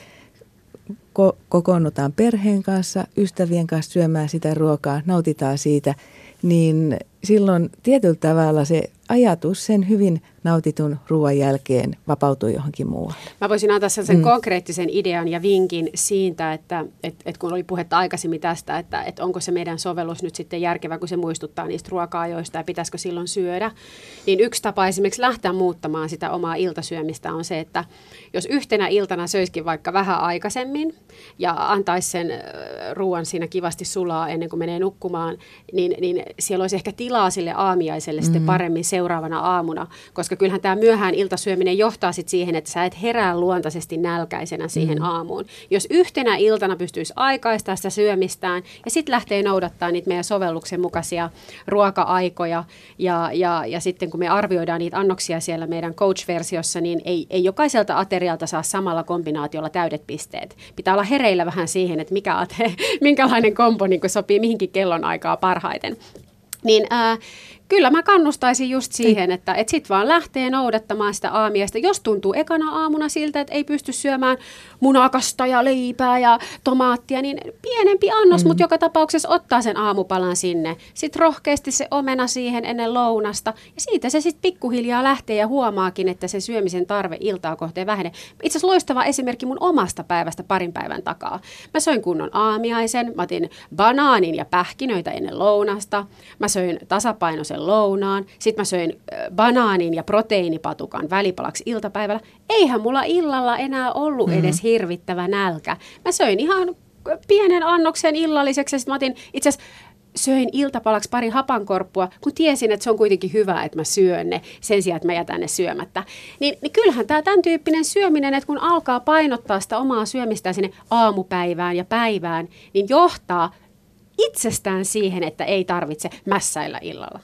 ko- kokoonnutaan perheen kanssa, ystävien kanssa syömään sitä ruokaa, nautitaan siitä, niin silloin tietyllä tavalla se ajatus sen hyvin nautitun ruoan jälkeen vapautuu johonkin muualle. Mä voisin antaa sen mm. konkreettisen idean ja vinkin siitä, että et, et kun oli puhetta aikaisemmin tästä, että et onko se meidän sovellus nyt sitten järkevä, kun se muistuttaa niistä ruoka-ajoista ja pitäisikö silloin syödä, niin yksi tapa esimerkiksi lähteä muuttamaan sitä omaa iltasyömistä on se, että jos yhtenä iltana söisikin vaikka vähän aikaisemmin ja antaisi sen ruoan siinä kivasti sulaa ennen kuin menee nukkumaan, niin, niin siellä olisi ehkä tilaa sille aamiaiselle mm. sitten paremmin seuraavana aamuna, koska kyllähän tämä myöhään iltasyöminen johtaa sit siihen, että sä et herää luontaisesti nälkäisenä siihen mm. aamuun. Jos yhtenä iltana pystyisi aikaistaa sitä syömistään ja sitten lähtee noudattaa niitä meidän sovelluksen mukaisia ruoka-aikoja ja, ja, ja sitten kun me arvioidaan niitä annoksia siellä meidän coach-versiossa, niin ei, ei jokaiselta aterialta saa samalla kombinaatiolla täydet pisteet. Pitää olla hereillä vähän siihen, että mikä ate, minkälainen kombo niin kuin sopii mihinkin kellon aikaa parhaiten. Niin ää, kyllä mä kannustaisin just siihen, että et sit vaan lähtee noudattamaan sitä aamiaista. Jos tuntuu ekana aamuna siltä, että ei pysty syömään munakasta ja leipää ja tomaattia, niin pienempi annos, mm. mutta joka tapauksessa ottaa sen aamupalan sinne. Sitten rohkeasti se omena siihen ennen lounasta ja siitä se sitten pikkuhiljaa lähtee ja huomaakin, että se syömisen tarve iltaa kohteen vähenee. Itse asiassa loistava esimerkki mun omasta päivästä parin päivän takaa. Mä söin kunnon aamiaisen, mä otin banaanin ja pähkinöitä ennen lounasta, mä söin tasapainoisen lounaan, sitten mä söin banaanin ja proteiinipatukan välipalaksi iltapäivällä. Eihän mulla illalla enää ollut mm-hmm. edes hirvittävä nälkä. Mä söin ihan pienen annoksen illalliseksi ja sitten mä otin itse asiassa söin iltapalaksi pari hapankorppua, kun tiesin, että se on kuitenkin hyvä, että mä syön ne sen sijaan, että mä jätän ne syömättä. Niin, niin kyllähän tämä tämän tyyppinen syöminen, että kun alkaa painottaa sitä omaa syömistään sinne aamupäivään ja päivään, niin johtaa itsestään siihen, että ei tarvitse mässäillä illalla.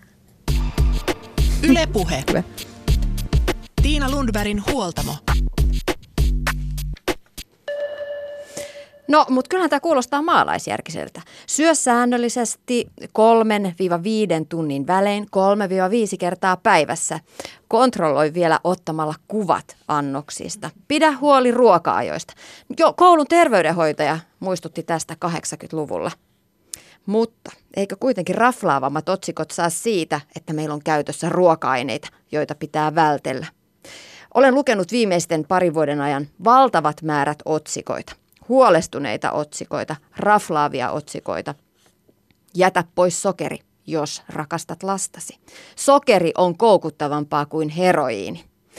Yle Puhe. Tiina Lundbergin huoltamo. No, mutta kyllähän tämä kuulostaa maalaisjärkiseltä. Syö säännöllisesti kolmen viiden tunnin välein kolme viisi kertaa päivässä. Kontrolloi vielä ottamalla kuvat annoksista. Pidä huoli ruoka-ajoista. Jo koulun terveydenhoitaja muistutti tästä kahdeksankymmentäluvulla. Mutta eikö kuitenkin raflaavammat otsikot saa siitä, että meillä on käytössä ruoka-aineita, joita pitää vältellä. Olen lukenut viimeisten parin vuoden ajan valtavat määrät otsikoita. Huolestuneita otsikoita, raflaavia otsikoita. Jätä pois sokeri, jos rakastat lastasi. Sokeri on koukuttavampaa kuin heroiini.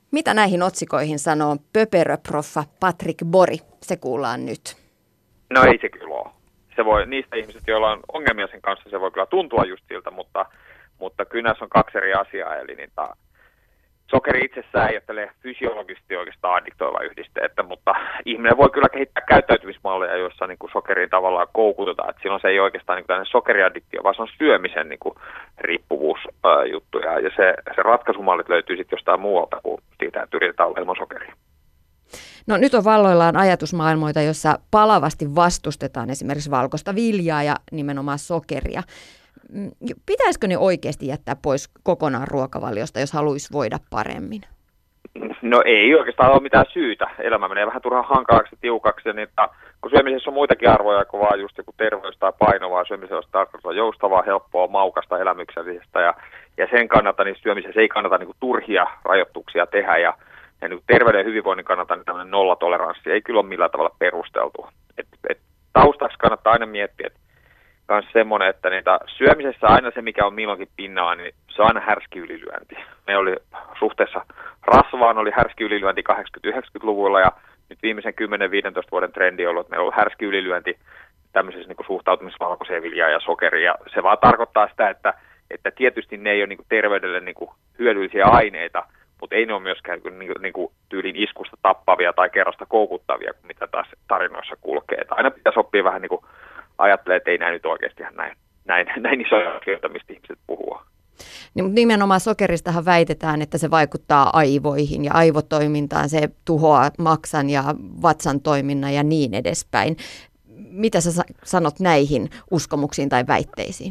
Mitä näihin otsikoihin sanoo pöperöproffa Patrick Bori? Se kuullaan nyt. No ei se kyllä ole. Se voi, niistä ihmisistä, joilla on ongelmia sen kanssa, se voi kyllä tuntua just siltä, mutta, mutta kyllä näissä on kaksi eri asiaa. Eli niin ta, sokeri itsessään ei ole fysiologisesti oikeastaan addiktoiva yhdiste, että, mutta ihminen voi kyllä kehittää käyttäytymismalleja, joissa niin kuin sokeriin tavallaan koukutetaan. Että silloin se ei oikeastaan niin kuin sokeriaddiktio, vaan se on syömisen niin kuin riippuvuusjuttu. Ja, ja se, se ratkaisumallit löytyy sitten jostain muualta kuin siitä, että yritetään olla ilman sokeria. No nyt on valloillaan ajatusmaailmoita, jossa palavasti vastustetaan esimerkiksi valkoista viljaa ja nimenomaan sokeria. Pitäisikö ne oikeasti jättää pois kokonaan ruokavaliosta, jos haluaisi voida paremmin? No ei oikeastaan ole mitään syytä. Elämä menee vähän turhaan hankalaksi ja tiukaksi. Niin, että, kun syömisessä on muitakin arvoja kuin vaan just joku terveys tai paino, vaan syömisessä on joustavaa, helppoa, maukasta, elämyksellisestä. Ja, ja sen kannalta niin syömisessä ei kannata niin kuin turhia rajoituksia tehdä. Ja, ja niin terveyden ja hyvinvoinnin kannalta niin tämmöinen nollatoleranssi ei kyllä ole millään tavalla perusteltu. Et, et, taustaksi kannattaa aina miettiä, että myös semmoinen, että niitä syömisessä aina se, mikä on milloinkin pinnaa, niin se on aina härski ylilyönti. Me oli suhteessa rasvaan oli härski ylilyönti kahdeksankymmentä-yhdeksänkymmentäluvulla ja nyt viimeisen kymmenen viisitoista vuoden trendi on ollut, että meillä on ollut härski ylilyönti tämmöisessä niin kuin suhtautumisessa valkoiseen viljaan ja sokeriin. Ja se vaan tarkoittaa sitä, että, että tietysti ne ei ole niin kuin terveydelle niin kuin hyödyllisiä aineita, mutta ei ne ole myöskään niin kuin, niin kuin tyylin iskusta tappavia tai kerrasta koukuttavia, kuin mitä taas tarinoissa kulkee. Että aina pitäisi oppia vähän niin kuin ajattelee, että ei näin nyt oikeasti ihan näin, näin, näin isoja asioita, mistä ihmiset puhuu. Niin, mutta nimenomaan sokeristahan väitetään, että se vaikuttaa aivoihin ja aivotoimintaan, se tuhoaa maksan ja vatsan toiminnan ja niin edespäin. Mitä sä sanot näihin uskomuksiin tai väitteisiin?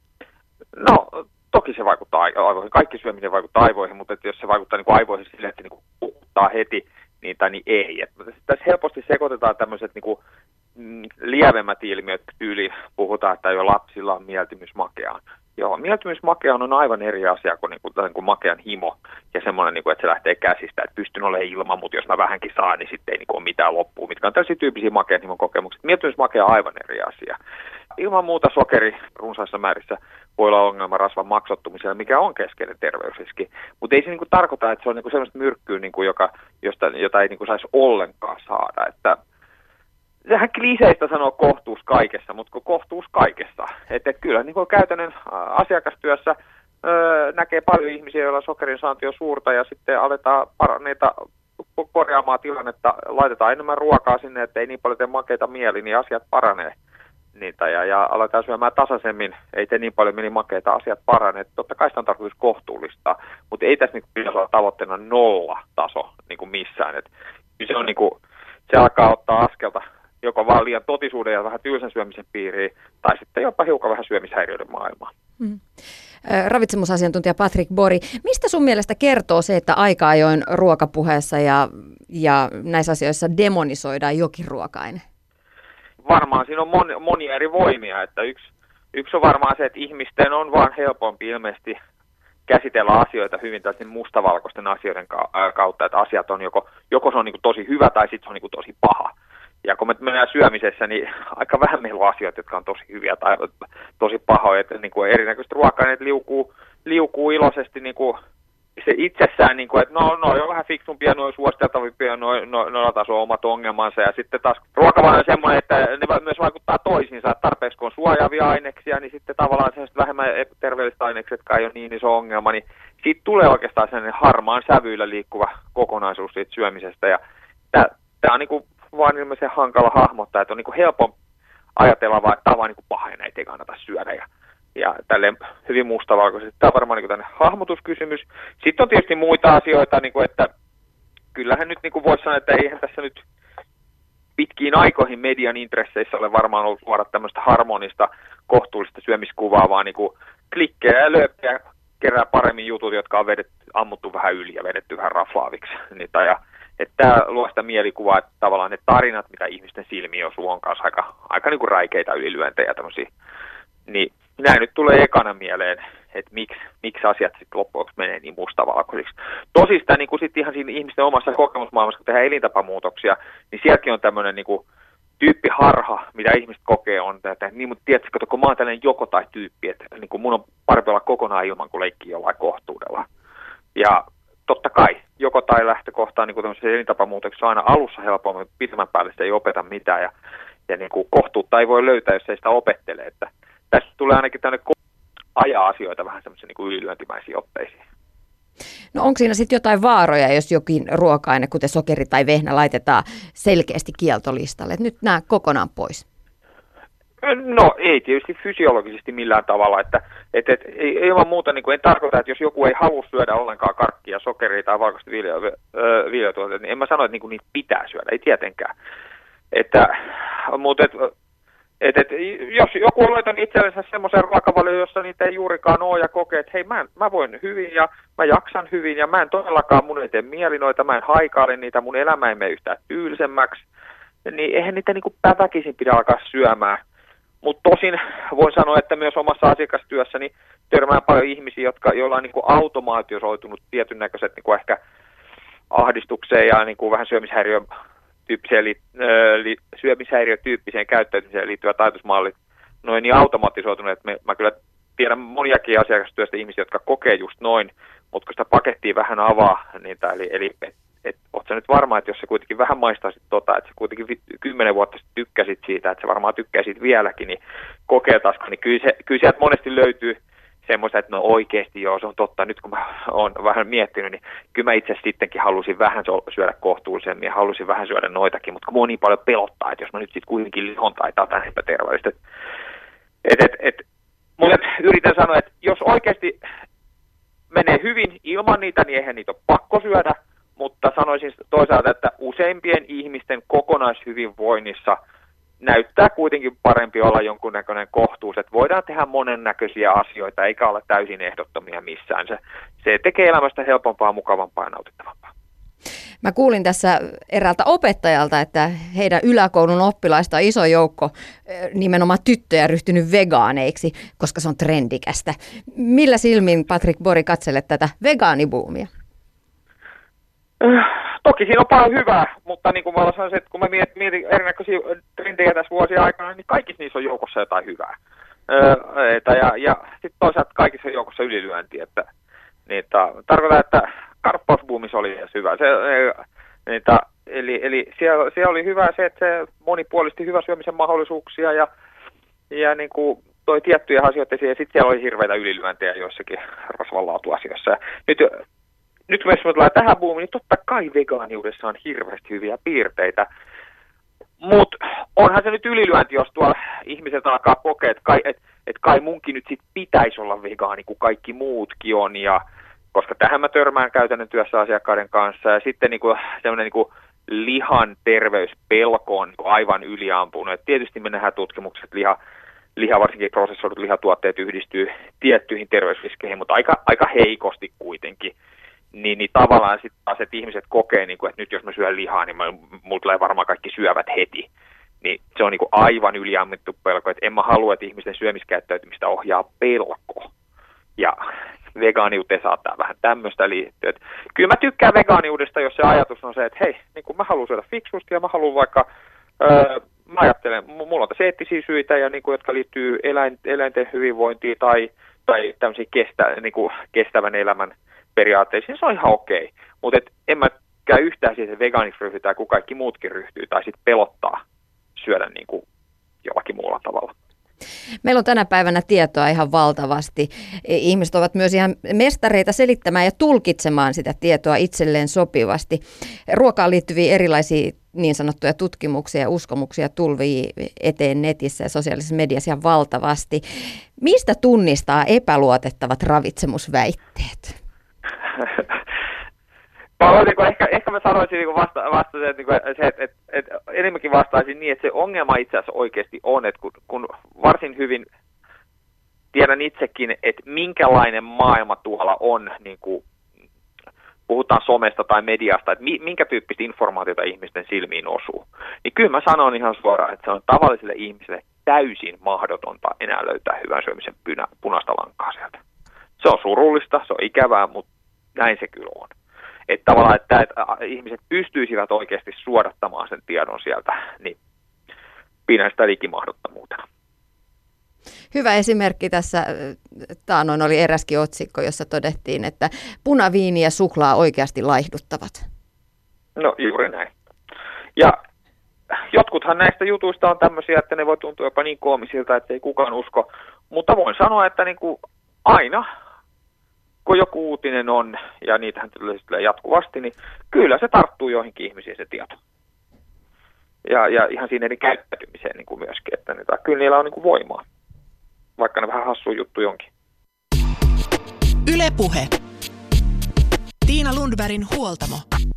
No toki se vaikuttaa aivoihin. Kaikki syöminen vaikuttaa aivoihin, mutta että jos se vaikuttaa niin kuin aivoihin silleen, että niin puhuttaa heti, niin, tai niin ei. Että tässä helposti sekoitetaan tämmöiset niin kuin lievemmät ilmiöt, tyyli puhutaan, että jo lapsilla on mieltymys makeaan. Joo, mieltymys makeaan on aivan eri asia kuin, niin kuin, niin kuin makean himo ja semmoinen, niin kuin, että se lähtee käsistä, että pystyn olemaan ilman, mutta jos mä vähänkin saan, niin sitten ei niin kuin, ole mitään loppua, mitkä on tällaisia tyyppisiä makean himon kokemuksia. Mieltymys makea on aivan eri asia. Ilman muuta sokeri runsaissa määrissä voi olla ongelma rasvan maksottumisella, mikä on keskeinen terveysriski, mutta ei se niin kuin, tarkoita, että se on niin kuin, sellaista myrkkyä, niin kuin, joka, josta, jota ei niin kuin, saisi ollenkaan saada, että sehän kliseistä sanoo kohtuus kaikessa, mutta kohtuus kaikessa. Että et kyllä niin kuin käytännön asiakastyössä öö, näkee paljon ihmisiä, joilla sokerin saanti on suurta ja sitten aletaan niitä korjaamaan tilannetta, laitetaan enemmän ruokaa sinne, että ei niin paljon tee makeita mieli, niin asiat paranee niitä ja, ja aletaan syömään tasaisemmin, ei tee niin paljon mieli makeita, asiat paranee. Totta kai sitä on tarkoitus kohtuullistaa, mutta ei tässä niin pitäisi olla tavoitteena nolla taso niin kuin missään. Et se, on, niin kuin, se alkaa ottaa askelta joko vaan liian totisuuden ja vähän tylsän syömisen piiriin, tai sitten jopa hiukan vähän syömishäiriöiden maailmaa. Mm. Ravitsemusasiantuntija Patrick Bori, mistä sun mielestä kertoo se, että aika ajoin ruokapuheessa ja, ja näissä asioissa demonisoidaan jokin ruoka-aine? Varmaan siinä on mon, monia eri voimia, että yksi, yksi on varmaan se, että ihmisten on vaan helpompi ilmeisesti käsitellä asioita hyvin tällaisen mustavalkoisten asioiden kautta, että asiat on joko, joko se on niin kuin tosi hyvä tai sitten se on niin kuin tosi paha. Ja kun me mennään syömisessä, niin aika vähän meillä on asioita, jotka on tosi hyviä tai tosi pahoja. Että niin kuin erinäköiset ruoka-aineet liukuu, liukuu iloisesti niin kuin se itsessään, niin kuin, että no, no on vähän fiksumpia, no on suositeltavimpia, no, no, no taas on omat ongelmansa. Ja sitten taas ruokavalio on semmoinen, että ne myös vaikuttaa toisiinsa. Että tarpeeksi kun on suojaavia aineksia, niin sitten tavallaan sellaiset vähemmän terveelliset ainekset, jotka ei ole niin iso ongelma, niin siitä tulee oikeastaan sellainen harmaan sävyillä liikkuva kokonaisuus siitä syömisestä. Ja tämä on niin kuin vaan ilmeisen hankala hahmottaa, että on niin helppo ajatella vaan, että tämä on vaan niin paha ja näitä ei kannata syödä. Ja, ja tälleen hyvin mustavalkoisesti. Tämä on varmaan niin hahmotuskysymys. Sitten on tietysti muita asioita, niin kuin, että kyllähän nyt niin voisi sanoa, että eihän tässä nyt pitkiin aikoihin median intresseissä ole varmaan ollut luoda tämmöistä harmonista, kohtuullista syömiskuvaa, vaan niin kuin klikkejä ja lööppejä kerää paremmin jutut, jotka on vedetty, ammuttu vähän yli ja vedetty vähän raflaaviksi. Niitä ja että tämä luo sitä mielikuvaa, että tavallaan ne tarinat, mitä ihmisten silmiin osuu, on kanssa aika, aika niin kuin räikeitä ylilyöntejä tämmöisiä. Niin näin nyt tulee ekana mieleen, että miksi, miksi asiat sitten loppujen menee niin mustavalkoisiksi. Tosistaan niin kuin sitten ihan siinä ihmisten omassa kokemusmaailmassa, kun tehdään elintapamuutoksia, niin sielläkin on tämmöinen niin kuin tyyppiharha, mitä ihmiset kokee, on että niin, mutta tiedätkö, kun mä oon tällainen joko tai tyyppi, että niin kuin mun on parempi olla kokonaan ilman kuin leikkiä jollain kohtuudella. Ja totta kai, joko tai lähtökohtaa niin tämmöisessä elintapamuutoksessa aina alussa helpommin, pitemmän päälle sitä ei opeta mitään ja, ja niin kuin kohtuutta ei voi löytää, jos ei sitä opettele. Että tässä tulee ainakin tämmöinen ajaa asioita vähän semmoisen niin kuin ylilyöntimäisiin otteisiin. No onko siinä sitten jotain vaaroja, jos jokin ruoka-aine, kuten sokeri tai vehnä, laitetaan selkeästi kieltolistalle? Et nyt nämä kokonaan pois. No ei tietysti fysiologisesti millään tavalla, että et, et, ilman muuta niin kuin en tarkoita, että jos joku ei halua syödä ollenkaan karkkia, sokeria tai valkoista viljatuotteita, niin en mä sano, että niin kuin niitä pitää syödä, ei tietenkään. Että, mutta et, et, et, jos joku on löytänyt itsellensä semmoisen ruokavalion, jossa niitä ei juurikaan ole ja kokee, että hei mä, mä voin hyvin ja mä jaksan hyvin ja mä en todellakaan, mun ei tee mieli noita, mä en haikaile niitä, mun elämä ei mene yhtään tyylisemmäksi, niin eihän niitä niin kuin väkisin pidä alkaa syömään. Mutta tosin voin sanoa, että myös omassa asiakastyössäni törmään paljon ihmisiä, jotka, joilla on niin kuin automaatiosoitunut tietyn näköiset niin kuin ehkä ahdistukseen ja niin kuin vähän syömishäiriötyyppiseen, li, li, syömishäiriötyyppiseen käyttäytymiseen liittyvät ajatusmallit. Noin niin automatisoitunut, että me, mä kyllä tiedän moniakin asiakastyöstä ihmisiä, jotka kokee just noin, mutta kun sitä pakettia vähän avaa, niin tää, eli, eli että oot sä nyt varma, että jos sä kuitenkin vähän maistaisit tota, että sä kuitenkin kymmenen vuotta sitten tykkäsit siitä, että sä varmaan tykkäisit vieläkin, niin kokeiltaisiko, niin kyllä, se, kyllä sieltä monesti löytyy semmoista, että no oikeasti joo, se on totta, nyt kun mä oon vähän miettinyt, niin kyllä mä itse sittenkin halusin vähän syödä kohtuullisemmin ja halusin vähän syödä noitakin, mutta kun mua niin paljon pelottaa, että jos mä nyt sitten kuitenkin lihon tai jotain epäterveellistä, että et, et, mutta yritän sanoa, että jos oikeasti menee hyvin ilman niitä, niin eihän niitä ole pakko syödä, mutta sanoisin toisaalta, että useimpien ihmisten kokonaishyvinvoinnissa näyttää kuitenkin parempi olla jonkunnäköinen kohtuus, että voidaan tehdä monennäköisiä asioita eikä olla täysin ehdottomia missään. Se, se tekee elämästä helpompaa, mukavampaa ja nautittavampaa. Mä kuulin tässä eräältä opettajalta, että heidän yläkoulun oppilaista on iso joukko nimenomaan tyttöjä ryhtynyt vegaaneiksi, koska se on trendikästä. Millä silmin, Patrik Borg, katselet tätä vegaanibuumia? Toki siinä on paljon hyvää, mutta niin kuin mä sanoisin, että kun mä mietin erinäköisiä trendejä tässä vuosien aikana, niin kaikissa niissä on joukossa jotain hyvää. Öö, että, ja ja sitten toisaalta kaikissa on joukossa ylilyönti. Että, niitä, tarkoitan, että karppausbuumissa oli edes hyvä. Se, niitä, eli eli siellä, siellä oli hyvä se, että se monipuolisti hyvä syömisen mahdollisuuksia ja, ja niin kuin toi tiettyjä asioita esiin. Ja sitten siellä oli hirveitä ylilyöntejä joissakin rasvanlaatuasioissa. Nyt Nyt jos me tullaan tähän buumiin, niin totta kai vegaaniudessa on hirveästi hyviä piirteitä. Mutta onhan se nyt ylilyönti, jos tuolla ihmiset alkaa kokea, että kai, et, et kai munkin nyt sit pitäisi olla vegaani, kun kaikki muutkin on. Ja, koska tähän mä törmään käytännön työssä asiakkaiden kanssa. Ja sitten niinku, semmoinen niinku lihan terveyspelko on niinku aivan yliampunut. Et tietysti me nähdään tutkimukset, että liha, liha, varsinkin prosessoidut lihatuotteet yhdistyy tiettyihin terveysriskeihin, mutta aika, aika heikosti kuitenkin. Niin, niin tavallaan sitten taas, että ihmiset kokee, niin kuin, että nyt jos mä syön lihaa, niin mulla tulee varmaan kaikki syövät heti. Niin se on niin kuin aivan yliammittu pelko, että en mä halua, että ihmisten syömiskäyttäytymistä ohjaa pelko. Ja vegaaniuteen saattaa vähän tämmöistä liittyä. Että kyllä mä tykkään vegaaniudesta, jos se ajatus on se, että hei, niin kuin mä haluan syödä fiksusti ja mä haluan vaikka, öö, mä ajattelen, mulla on tässä eettisiä syitä, ja, niin kuin, jotka liittyy eläin, eläinten hyvinvointiin tai, tai tämmöisiin kestä, niin kuin kestävän elämän periaatteisiin, se on ihan okei. Mutta en mä käy yhtään siihen vegaaniksi ryhdytään, kun kaikki muutkin ryhtyy, tai sitten pelottaa syödä niin kuin jollakin muulla tavalla. Meillä on tänä päivänä tietoa ihan valtavasti. Ihmiset ovat myös ihan mestareita selittämään ja tulkitsemaan sitä tietoa itselleen sopivasti. Ruokaan liittyviä erilaisia niin sanottuja tutkimuksia ja uskomuksia tulvii eteen netissä ja sosiaalisessa mediassa ihan valtavasti. Mistä tunnistaa epäluotettavat ravitsemusväitteet? Niin ehkä, ehkä mä sanoisin niin vasta, vasta se, että, se, että, että, että enemmänkin vastaisin niin, että se ongelma itse asiassa oikeasti on, että kun, kun varsin hyvin tiedän itsekin, että minkälainen maailma tuolla on, niin kuin puhutaan somesta tai mediasta, että minkä tyyppistä informaatiota ihmisten silmiin osuu, niin kyllä mä sanon ihan suoraan, että se on tavalliselle ihmiselle täysin mahdotonta enää löytää hyvän syömisen punaista lankaa sieltä. Se on surullista, se on ikävää, mutta näin se kyllä on. Että tavallaan, että, että ihmiset pystyisivät oikeasti suodattamaan sen tiedon sieltä, niin pidän sitä likimahdottomuutena. Hyvä esimerkki tässä taannoin oli eräskin otsikko, jossa todettiin, että punaviini ja suklaa oikeasti laihduttavat. No juuri näin. Ja jotkuthan näistä jutuista on tämmöisiä, että ne voi tuntua jopa niin koomisilta, että ei kukaan usko. Mutta voin sanoa, että niin kuin aina, kun joku uutinen on, ja niitähän tulee jatkuvasti, niin kyllä se tarttuu joihinkin ihmisiin se tieto. Ja, ja ihan siinä eri käyttäytymiseen niin kuin myöskin, että niitä, kyllä niillä on niin kuin voimaa, vaikka ne vähän hassu juttu jonkin. Yle Puhe. Tiina Lundbergin huoltamo.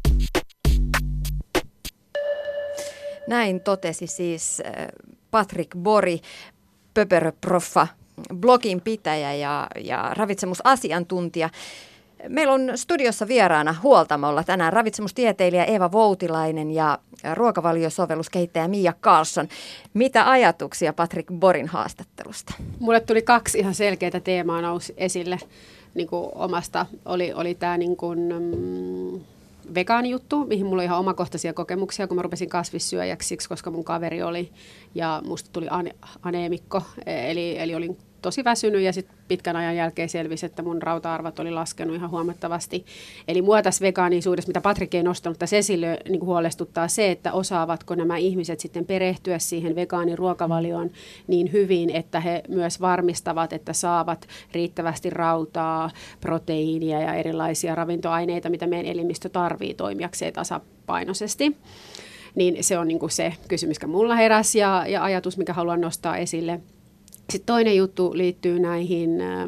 Näin totesi siis Patrick Bori, Pöperöproffa, blogin pitäjä ja, ja ravitsemusasiantuntija. Meillä on studiossa vieraana huoltamolla tänään ravitsemustieteilijä Eeva Voutilainen ja ruokavaliosovelluskehittäjä Mia Karlsson. Mitä ajatuksia Patrick Borin haastattelusta? Mulle tuli kaksi ihan selkeää teemaa nousi esille. Niin kuin omasta oli, oli tämä niin kuin, mm, vegaanijuttu, mihin mulla on ihan omakohtaisia kokemuksia, kun mä rupesin kasvissyöjäksi siksi, koska mun kaveri oli ja musta tuli ane- aneemikko, eli, eli olin tosi väsynyt ja sitten pitkän ajan jälkeen selvisi, että mun rauta-arvot oli laskenut ihan huomattavasti. Eli mua tässä vegaanisuudessa, mitä Patrik ei nostanut tässä esille, niin huolestuttaa se, että osaavatko nämä ihmiset sitten perehtyä siihen vegaaniruokavalioon niin hyvin, että he myös varmistavat, että saavat riittävästi rautaa, proteiinia ja erilaisia ravintoaineita, mitä meidän elimistö tarvitsee toimijakseen tasapainoisesti. Niin se on niin kuin se kysymys, mikä mulla heräsi ja, ja ajatus, mikä haluan nostaa esille. Sitten toinen juttu liittyy näihin,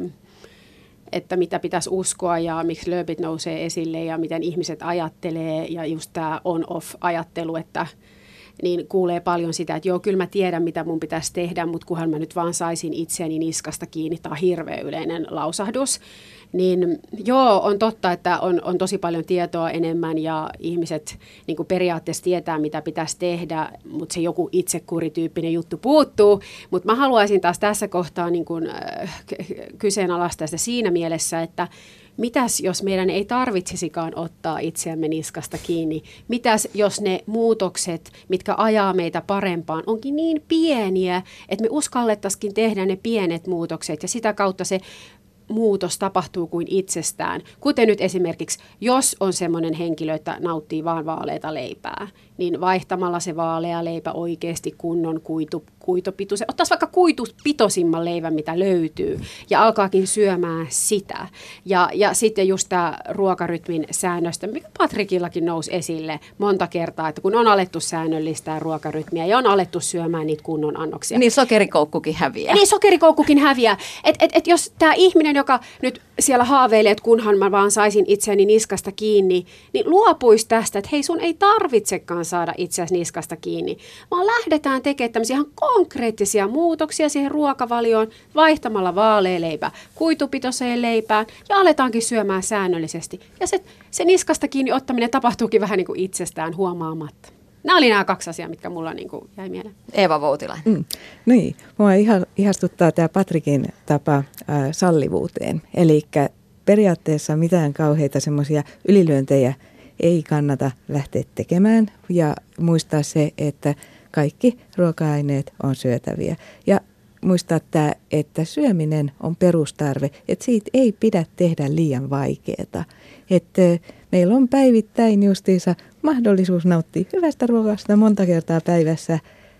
että mitä pitäisi uskoa ja miksi lööpit nousee esille ja miten ihmiset ajattelee ja just tämä on-off-ajattelu, että niin kuulee paljon sitä, että joo, kyllä mä tiedän, mitä mun pitäisi tehdä, mutta kunhan mä nyt vaan saisin itseäni niskasta kiinni, tämä on hirveän yleinen lausahdus. Niin joo, on totta, että on, on tosi paljon tietoa enemmän ja ihmiset niin kuin periaatteessa tietää, mitä pitäisi tehdä, mutta se joku itsekurityyppinen juttu puuttuu. Mutta mä haluaisin taas tässä kohtaa niin kuin, äh, kyseenalaistaa sitä siinä mielessä, että mitäs jos meidän ei tarvitsisikaan ottaa itseämme niskasta kiinni? Mitäs jos ne muutokset, mitkä ajaa meitä parempaan, onkin niin pieniä, että me uskallettaisikin tehdä ne pienet muutokset ja sitä kautta se muutos tapahtuu kuin itsestään. Kuten nyt esimerkiksi, jos on semmoinen henkilö, että nauttii vaan vaaleita leipää, niin vaihtamalla se vaalea leipä oikeasti kunnon kuitu, kuitopituisen, ottaisi vaikka kuitupitoisimman leivän, mitä löytyy, ja alkaakin syömään sitä. Ja, ja sitten just tämä ruokarytmin säännöstö, mikä Patrikillakin nousi esille monta kertaa, että kun on alettu säännöllistää ruokarytmiä ja on alettu syömään niitä kunnon annoksia. Niin sokerikoukkukin häviää. Niin sokerikoukkukin häviää. Että et, et jos tämä ihminen, joka nyt siellä haaveilee, että kunhan mä vaan saisin itseäni niskasta kiinni, niin luopuisi tästä, että hei, sun ei tarvitsekaan saada itseäsi niskasta kiinni, vaan lähdetään tekemään tämmöisiä ihan konkreettisia muutoksia siihen ruokavalioon vaihtamalla vaalealeipä kuitupitoiseen leipään ja aletaankin syömään säännöllisesti. Ja se, se niskasta kiinni ottaminen tapahtuukin vähän niin kuin itsestään huomaamatta. Nämä oli nämä kaksi asiaa, mitkä mulla niin kuin jäi mieleen. Eeva Voutilainen. Mm. Niin, mua ihan, ihastuttaa tämä Patrikin tapa äh, sallivuuteen. Eli periaatteessa mitään kauheita semmoisia ylilyöntejä ei kannata lähteä tekemään ja muistaa se, että kaikki ruoka-aineet on syötäviä. Ja muistaa tämä, että syöminen on perustarve, että siitä ei pidä tehdä liian vaikeaa. Että meillä on päivittäin justiinsa mahdollisuus nauttia hyvästä ruokasta monta kertaa päivässä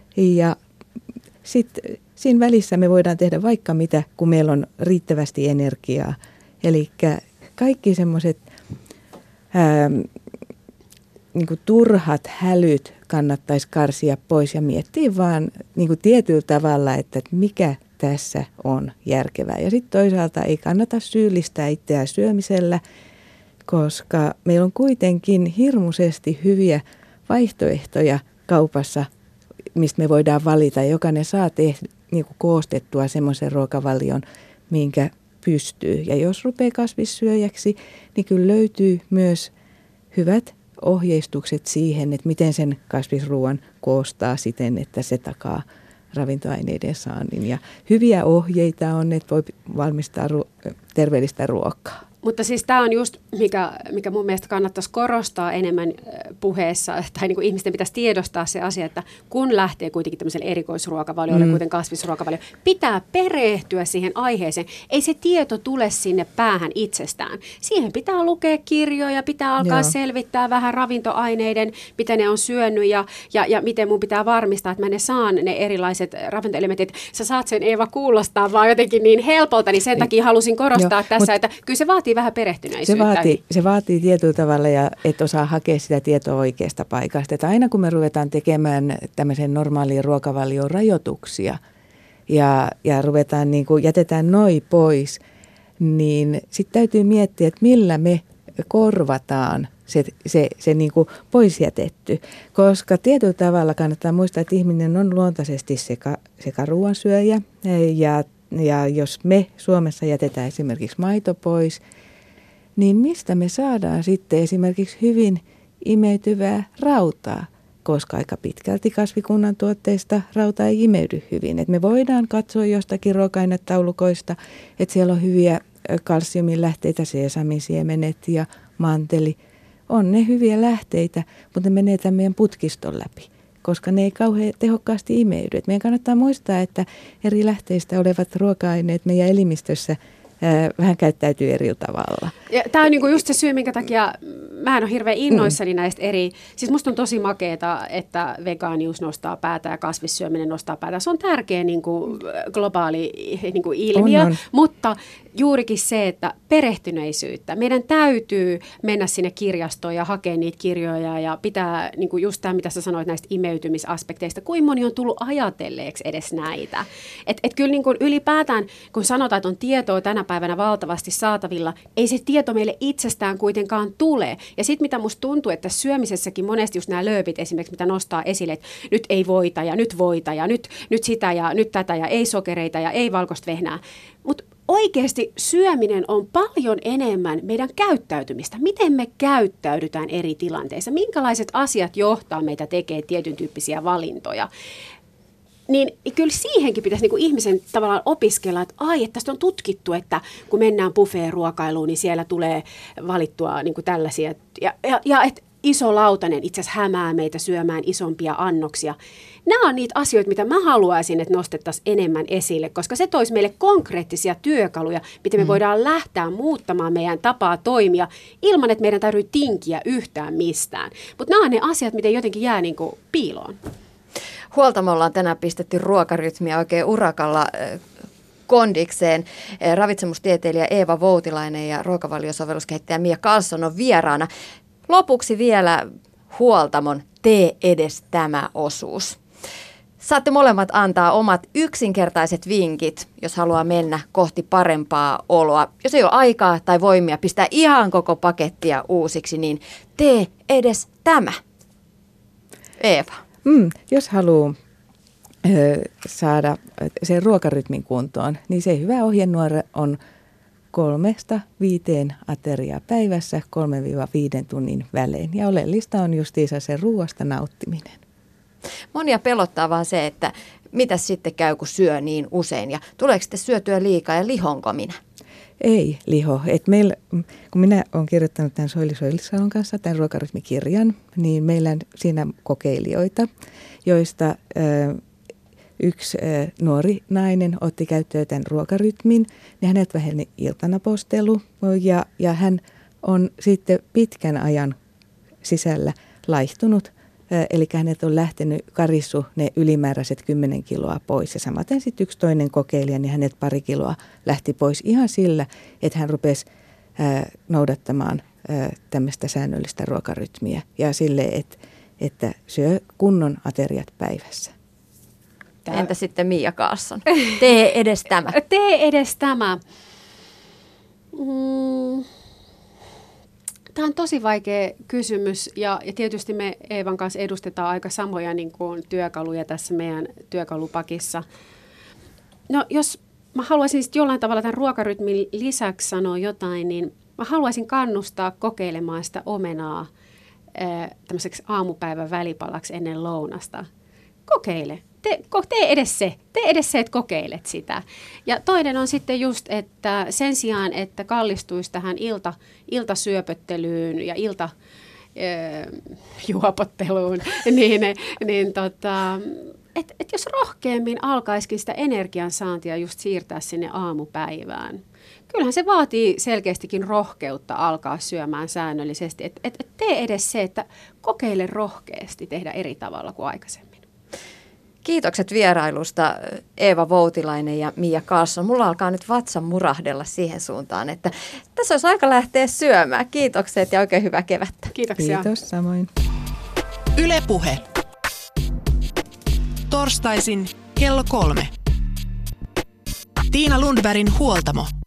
ja sitten siinä välissä me voidaan tehdä vaikka mitä, kun meillä on riittävästi energiaa. Eli kaikki semmoiset niinku turhat hälyt kannattaisi karsia pois ja miettiä vaan niinku tietyllä tavalla, että mikä tässä on järkevää. Ja sitten toisaalta ei kannata syyllistää itseään syömisellä, koska meillä on kuitenkin hirmuisesti hyviä vaihtoehtoja kaupassa, mistä me voidaan valita. Jokainen saa tehdä niinku koostettua semmoisen ruokavalion, minkä pystyy. Ja jos rupeaa kasvissyöjäksi, niin kyllä löytyy myös hyvät ohjeistukset siihen, että miten sen kasvisruoan koostaa siten, että se takaa ravintoaineiden saannin. Ja hyviä ohjeita on, että voi valmistaa ruo- terveellistä ruokaa. Mutta siis tämä on just, mikä, mikä mun mielestä kannattaisi korostaa enemmän puheessa, tai niin kuin ihmisten pitäisi tiedostaa se asia, että kun lähtee kuitenkin tämmöiselle erikoisruokavaliolle, mm. kuten kasvisruokavalio, pitää perehtyä siihen aiheeseen. Ei se tieto tule sinne päähän itsestään. Siihen pitää lukea kirjoja, pitää alkaa Joo. selvittää vähän ravintoaineiden, mitä ne on syönyt ja, ja, ja miten mun pitää varmistaa, että mä ne saan ne erilaiset ravintoelementit. Sä saat sen, Eeva, kuulostaa vaan jotenkin niin helpolta, niin sen takia halusin korostaa Joo, tässä, että kyllä se vaatii vähän perehtyneisyyttä. Se vaatii, se vaatii tietyllä tavalla, ja et osaa hakea sitä tietoa oikeasta paikasta. Että aina kun me ruvetaan tekemään tämmöisen normaalin ruokavalion rajoituksia ja, ja ruvetaan niin kuin, jätetään noi pois, niin sitten täytyy miettiä, että millä me korvataan se, se, se niin kuin pois jätetty. Koska tietyllä tavalla kannattaa muistaa, että ihminen on luontaisesti seka, sekaruoansyöjä ja, ja jos me Suomessa jätetään esimerkiksi maito pois, niin mistä me saadaan sitten esimerkiksi hyvin imeytyvää rautaa, koska aika pitkälti kasvikunnan tuotteista rauta ei imeydy hyvin. Et me voidaan katsoa jostakin ruoka-ainetaulukoista, että siellä on hyviä kalsiumin lähteitä, seesamisiemenet ja manteli. On ne hyviä lähteitä, mutta ne menee tämän meidän putkiston läpi, koska ne ei kauhean tehokkaasti imeydy. Et meidän kannattaa muistaa, että eri lähteistä olevat ruoka-aineet meidän elimistössä vähän käyttäytyy eri tavalla. Tämä on niinku just se syy, minkä takia mä en ole hirveän innoissani mm. näistä eri, siis musta on tosi makeeta, että vegaanius nostaa päätä ja kasvissyöminen nostaa päätä. Se on tärkeä niinku globaali niinku ilmiö, on, on. Mutta juurikin se, että perehtyneisyyttä. Meidän täytyy mennä sinne kirjastoon ja hakea niitä kirjoja ja pitää niinku just tämä, mitä sä sanoit näistä imeytymisaspekteista. Kuinka moni on tullut ajatelleeksi edes näitä? Että et kyllä niinku ylipäätään, kun sanotaan, että on tietoa tänä päivänä valtavasti saatavilla, ei se tieto meille itsestään kuitenkaan tule. Ja sitten mitä musta tuntuu, että syömisessäkin monesti just nämä lööpit esimerkiksi, mitä nostaa esille, että nyt ei voita ja nyt voita ja nyt, nyt sitä ja nyt tätä ja ei sokereita ja ei valkoista vehnää. Mutta oikeasti syöminen on paljon enemmän meidän käyttäytymistä. Miten me käyttäydytään eri tilanteissa? Minkälaiset asiat johtaa meitä tekemään tietyn tyyppisiä valintoja? Niin kyllä siihenkin pitäisi niin kuin ihmisen tavallaan opiskella, että ai, että tästä on tutkittu, että kun mennään buffet-ruokailuun, niin siellä tulee valittua niin kuin tällaisia. Ja, ja, ja että iso lautanen itse asiassa hämää meitä syömään isompia annoksia. Nämä on niitä asioita, mitä mä haluaisin, että nostettaisiin enemmän esille, koska se toisi meille konkreettisia työkaluja, miten me mm. voidaan lähteä muuttamaan meidän tapaa toimia ilman, että meidän täytyy tinkiä yhtään mistään. Mutta nämä on ne asiat, miten jotenkin jää niin kuin piiloon. Huoltamolla on tänään pistetty ruokarytmiä oikein urakalla äh, kondikseen. Äh, ravitsemustieteilijä Eeva Voutilainen ja ruokavaliosovelluskehittäjä Mia Karlsson on vieraana. Lopuksi vielä Huoltamon Tee edes tämä -osuus. Saatte molemmat antaa omat yksinkertaiset vinkit, jos haluaa mennä kohti parempaa oloa. Jos ei ole aikaa tai voimia pistää ihan koko pakettia uusiksi, niin tee edes tämä. Eeva. Mm, jos haluaa ö, saada sen ruokarytmin kuntoon, niin se hyvä ohjenuora on kolmesta viiteen ateriaa päivässä, kolme viiden tunnin välein. Ja oleellista on justiinsa se ruoasta nauttiminen. Monia pelottaa vaan se, että mitä sitten käy, kun syö niin usein. Ja tuleeko sitten syötyä liikaa ja lihonko minä? Ei liho. Et meillä, kun minä olen kirjoittanut tämän Soili Soilisalon kanssa tämän ruokarytmikirjan, niin meillä on siinä kokeilijoita, joista ö, yksi ö, nuori nainen otti käyttöön tämän ruokarytmin, niin hänet väheni iltanapostelu ja, ja hän on sitten pitkän ajan sisällä laihtunut. Eli hänet on lähtenyt karissu ne ylimääräiset kymmenen kiloa pois. Ja samaten sitten yksi toinen kokeilija, niin hänet pari kiloa lähti pois ihan sillä, että hän rupesi ää, noudattamaan ää, tämmöistä säännöllistä ruokarytmiä. Ja sille, että, että syö kunnon ateriat päivässä. Tää. Entä sitten Mia Karlsson? Tee edes tämä. Tee edes tämä. Mm. Tämä on tosi vaikea kysymys ja, ja tietysti me Eevan kanssa edustetaan aika samoja niin kuin työkaluja tässä meidän työkalupakissa. No jos mä haluaisin sitten jollain tavalla tämän ruokarytmin lisäksi sanoa jotain, niin mä haluaisin kannustaa kokeilemaan sitä omenaa ää, tämmöiseksi aamupäivän välipalaksi ennen lounasta. Kokeile. Tee, tee edes se. Tee edes se, että kokeilet sitä. Ja toinen on sitten just, että sen sijaan, että kallistuisi tähän ilta, iltasyöpöttelyyn ja ilta, juopotteluun, niin, niin tota, että et jos rohkeammin alkaisikin sitä energiansaantia just siirtää sinne aamupäivään. Kyllähän se vaatii selkeästikin rohkeutta alkaa syömään säännöllisesti. Et, et, et tee edes se, että kokeile rohkeasti tehdä eri tavalla kuin aikaisemmin. Kiitokset vierailusta Eeva Voutilainen ja Mia Karlsson. Mulla alkaa nyt vatsa murahdella siihen suuntaan, että tässä olisi aika lähteä syömään. Kiitokset ja oikein hyvää kevättä. Kiitoksia. Kiitos, samoin. Yle Puhe. Torstaisin kello kolme. Tiina Lundbergin huoltamo.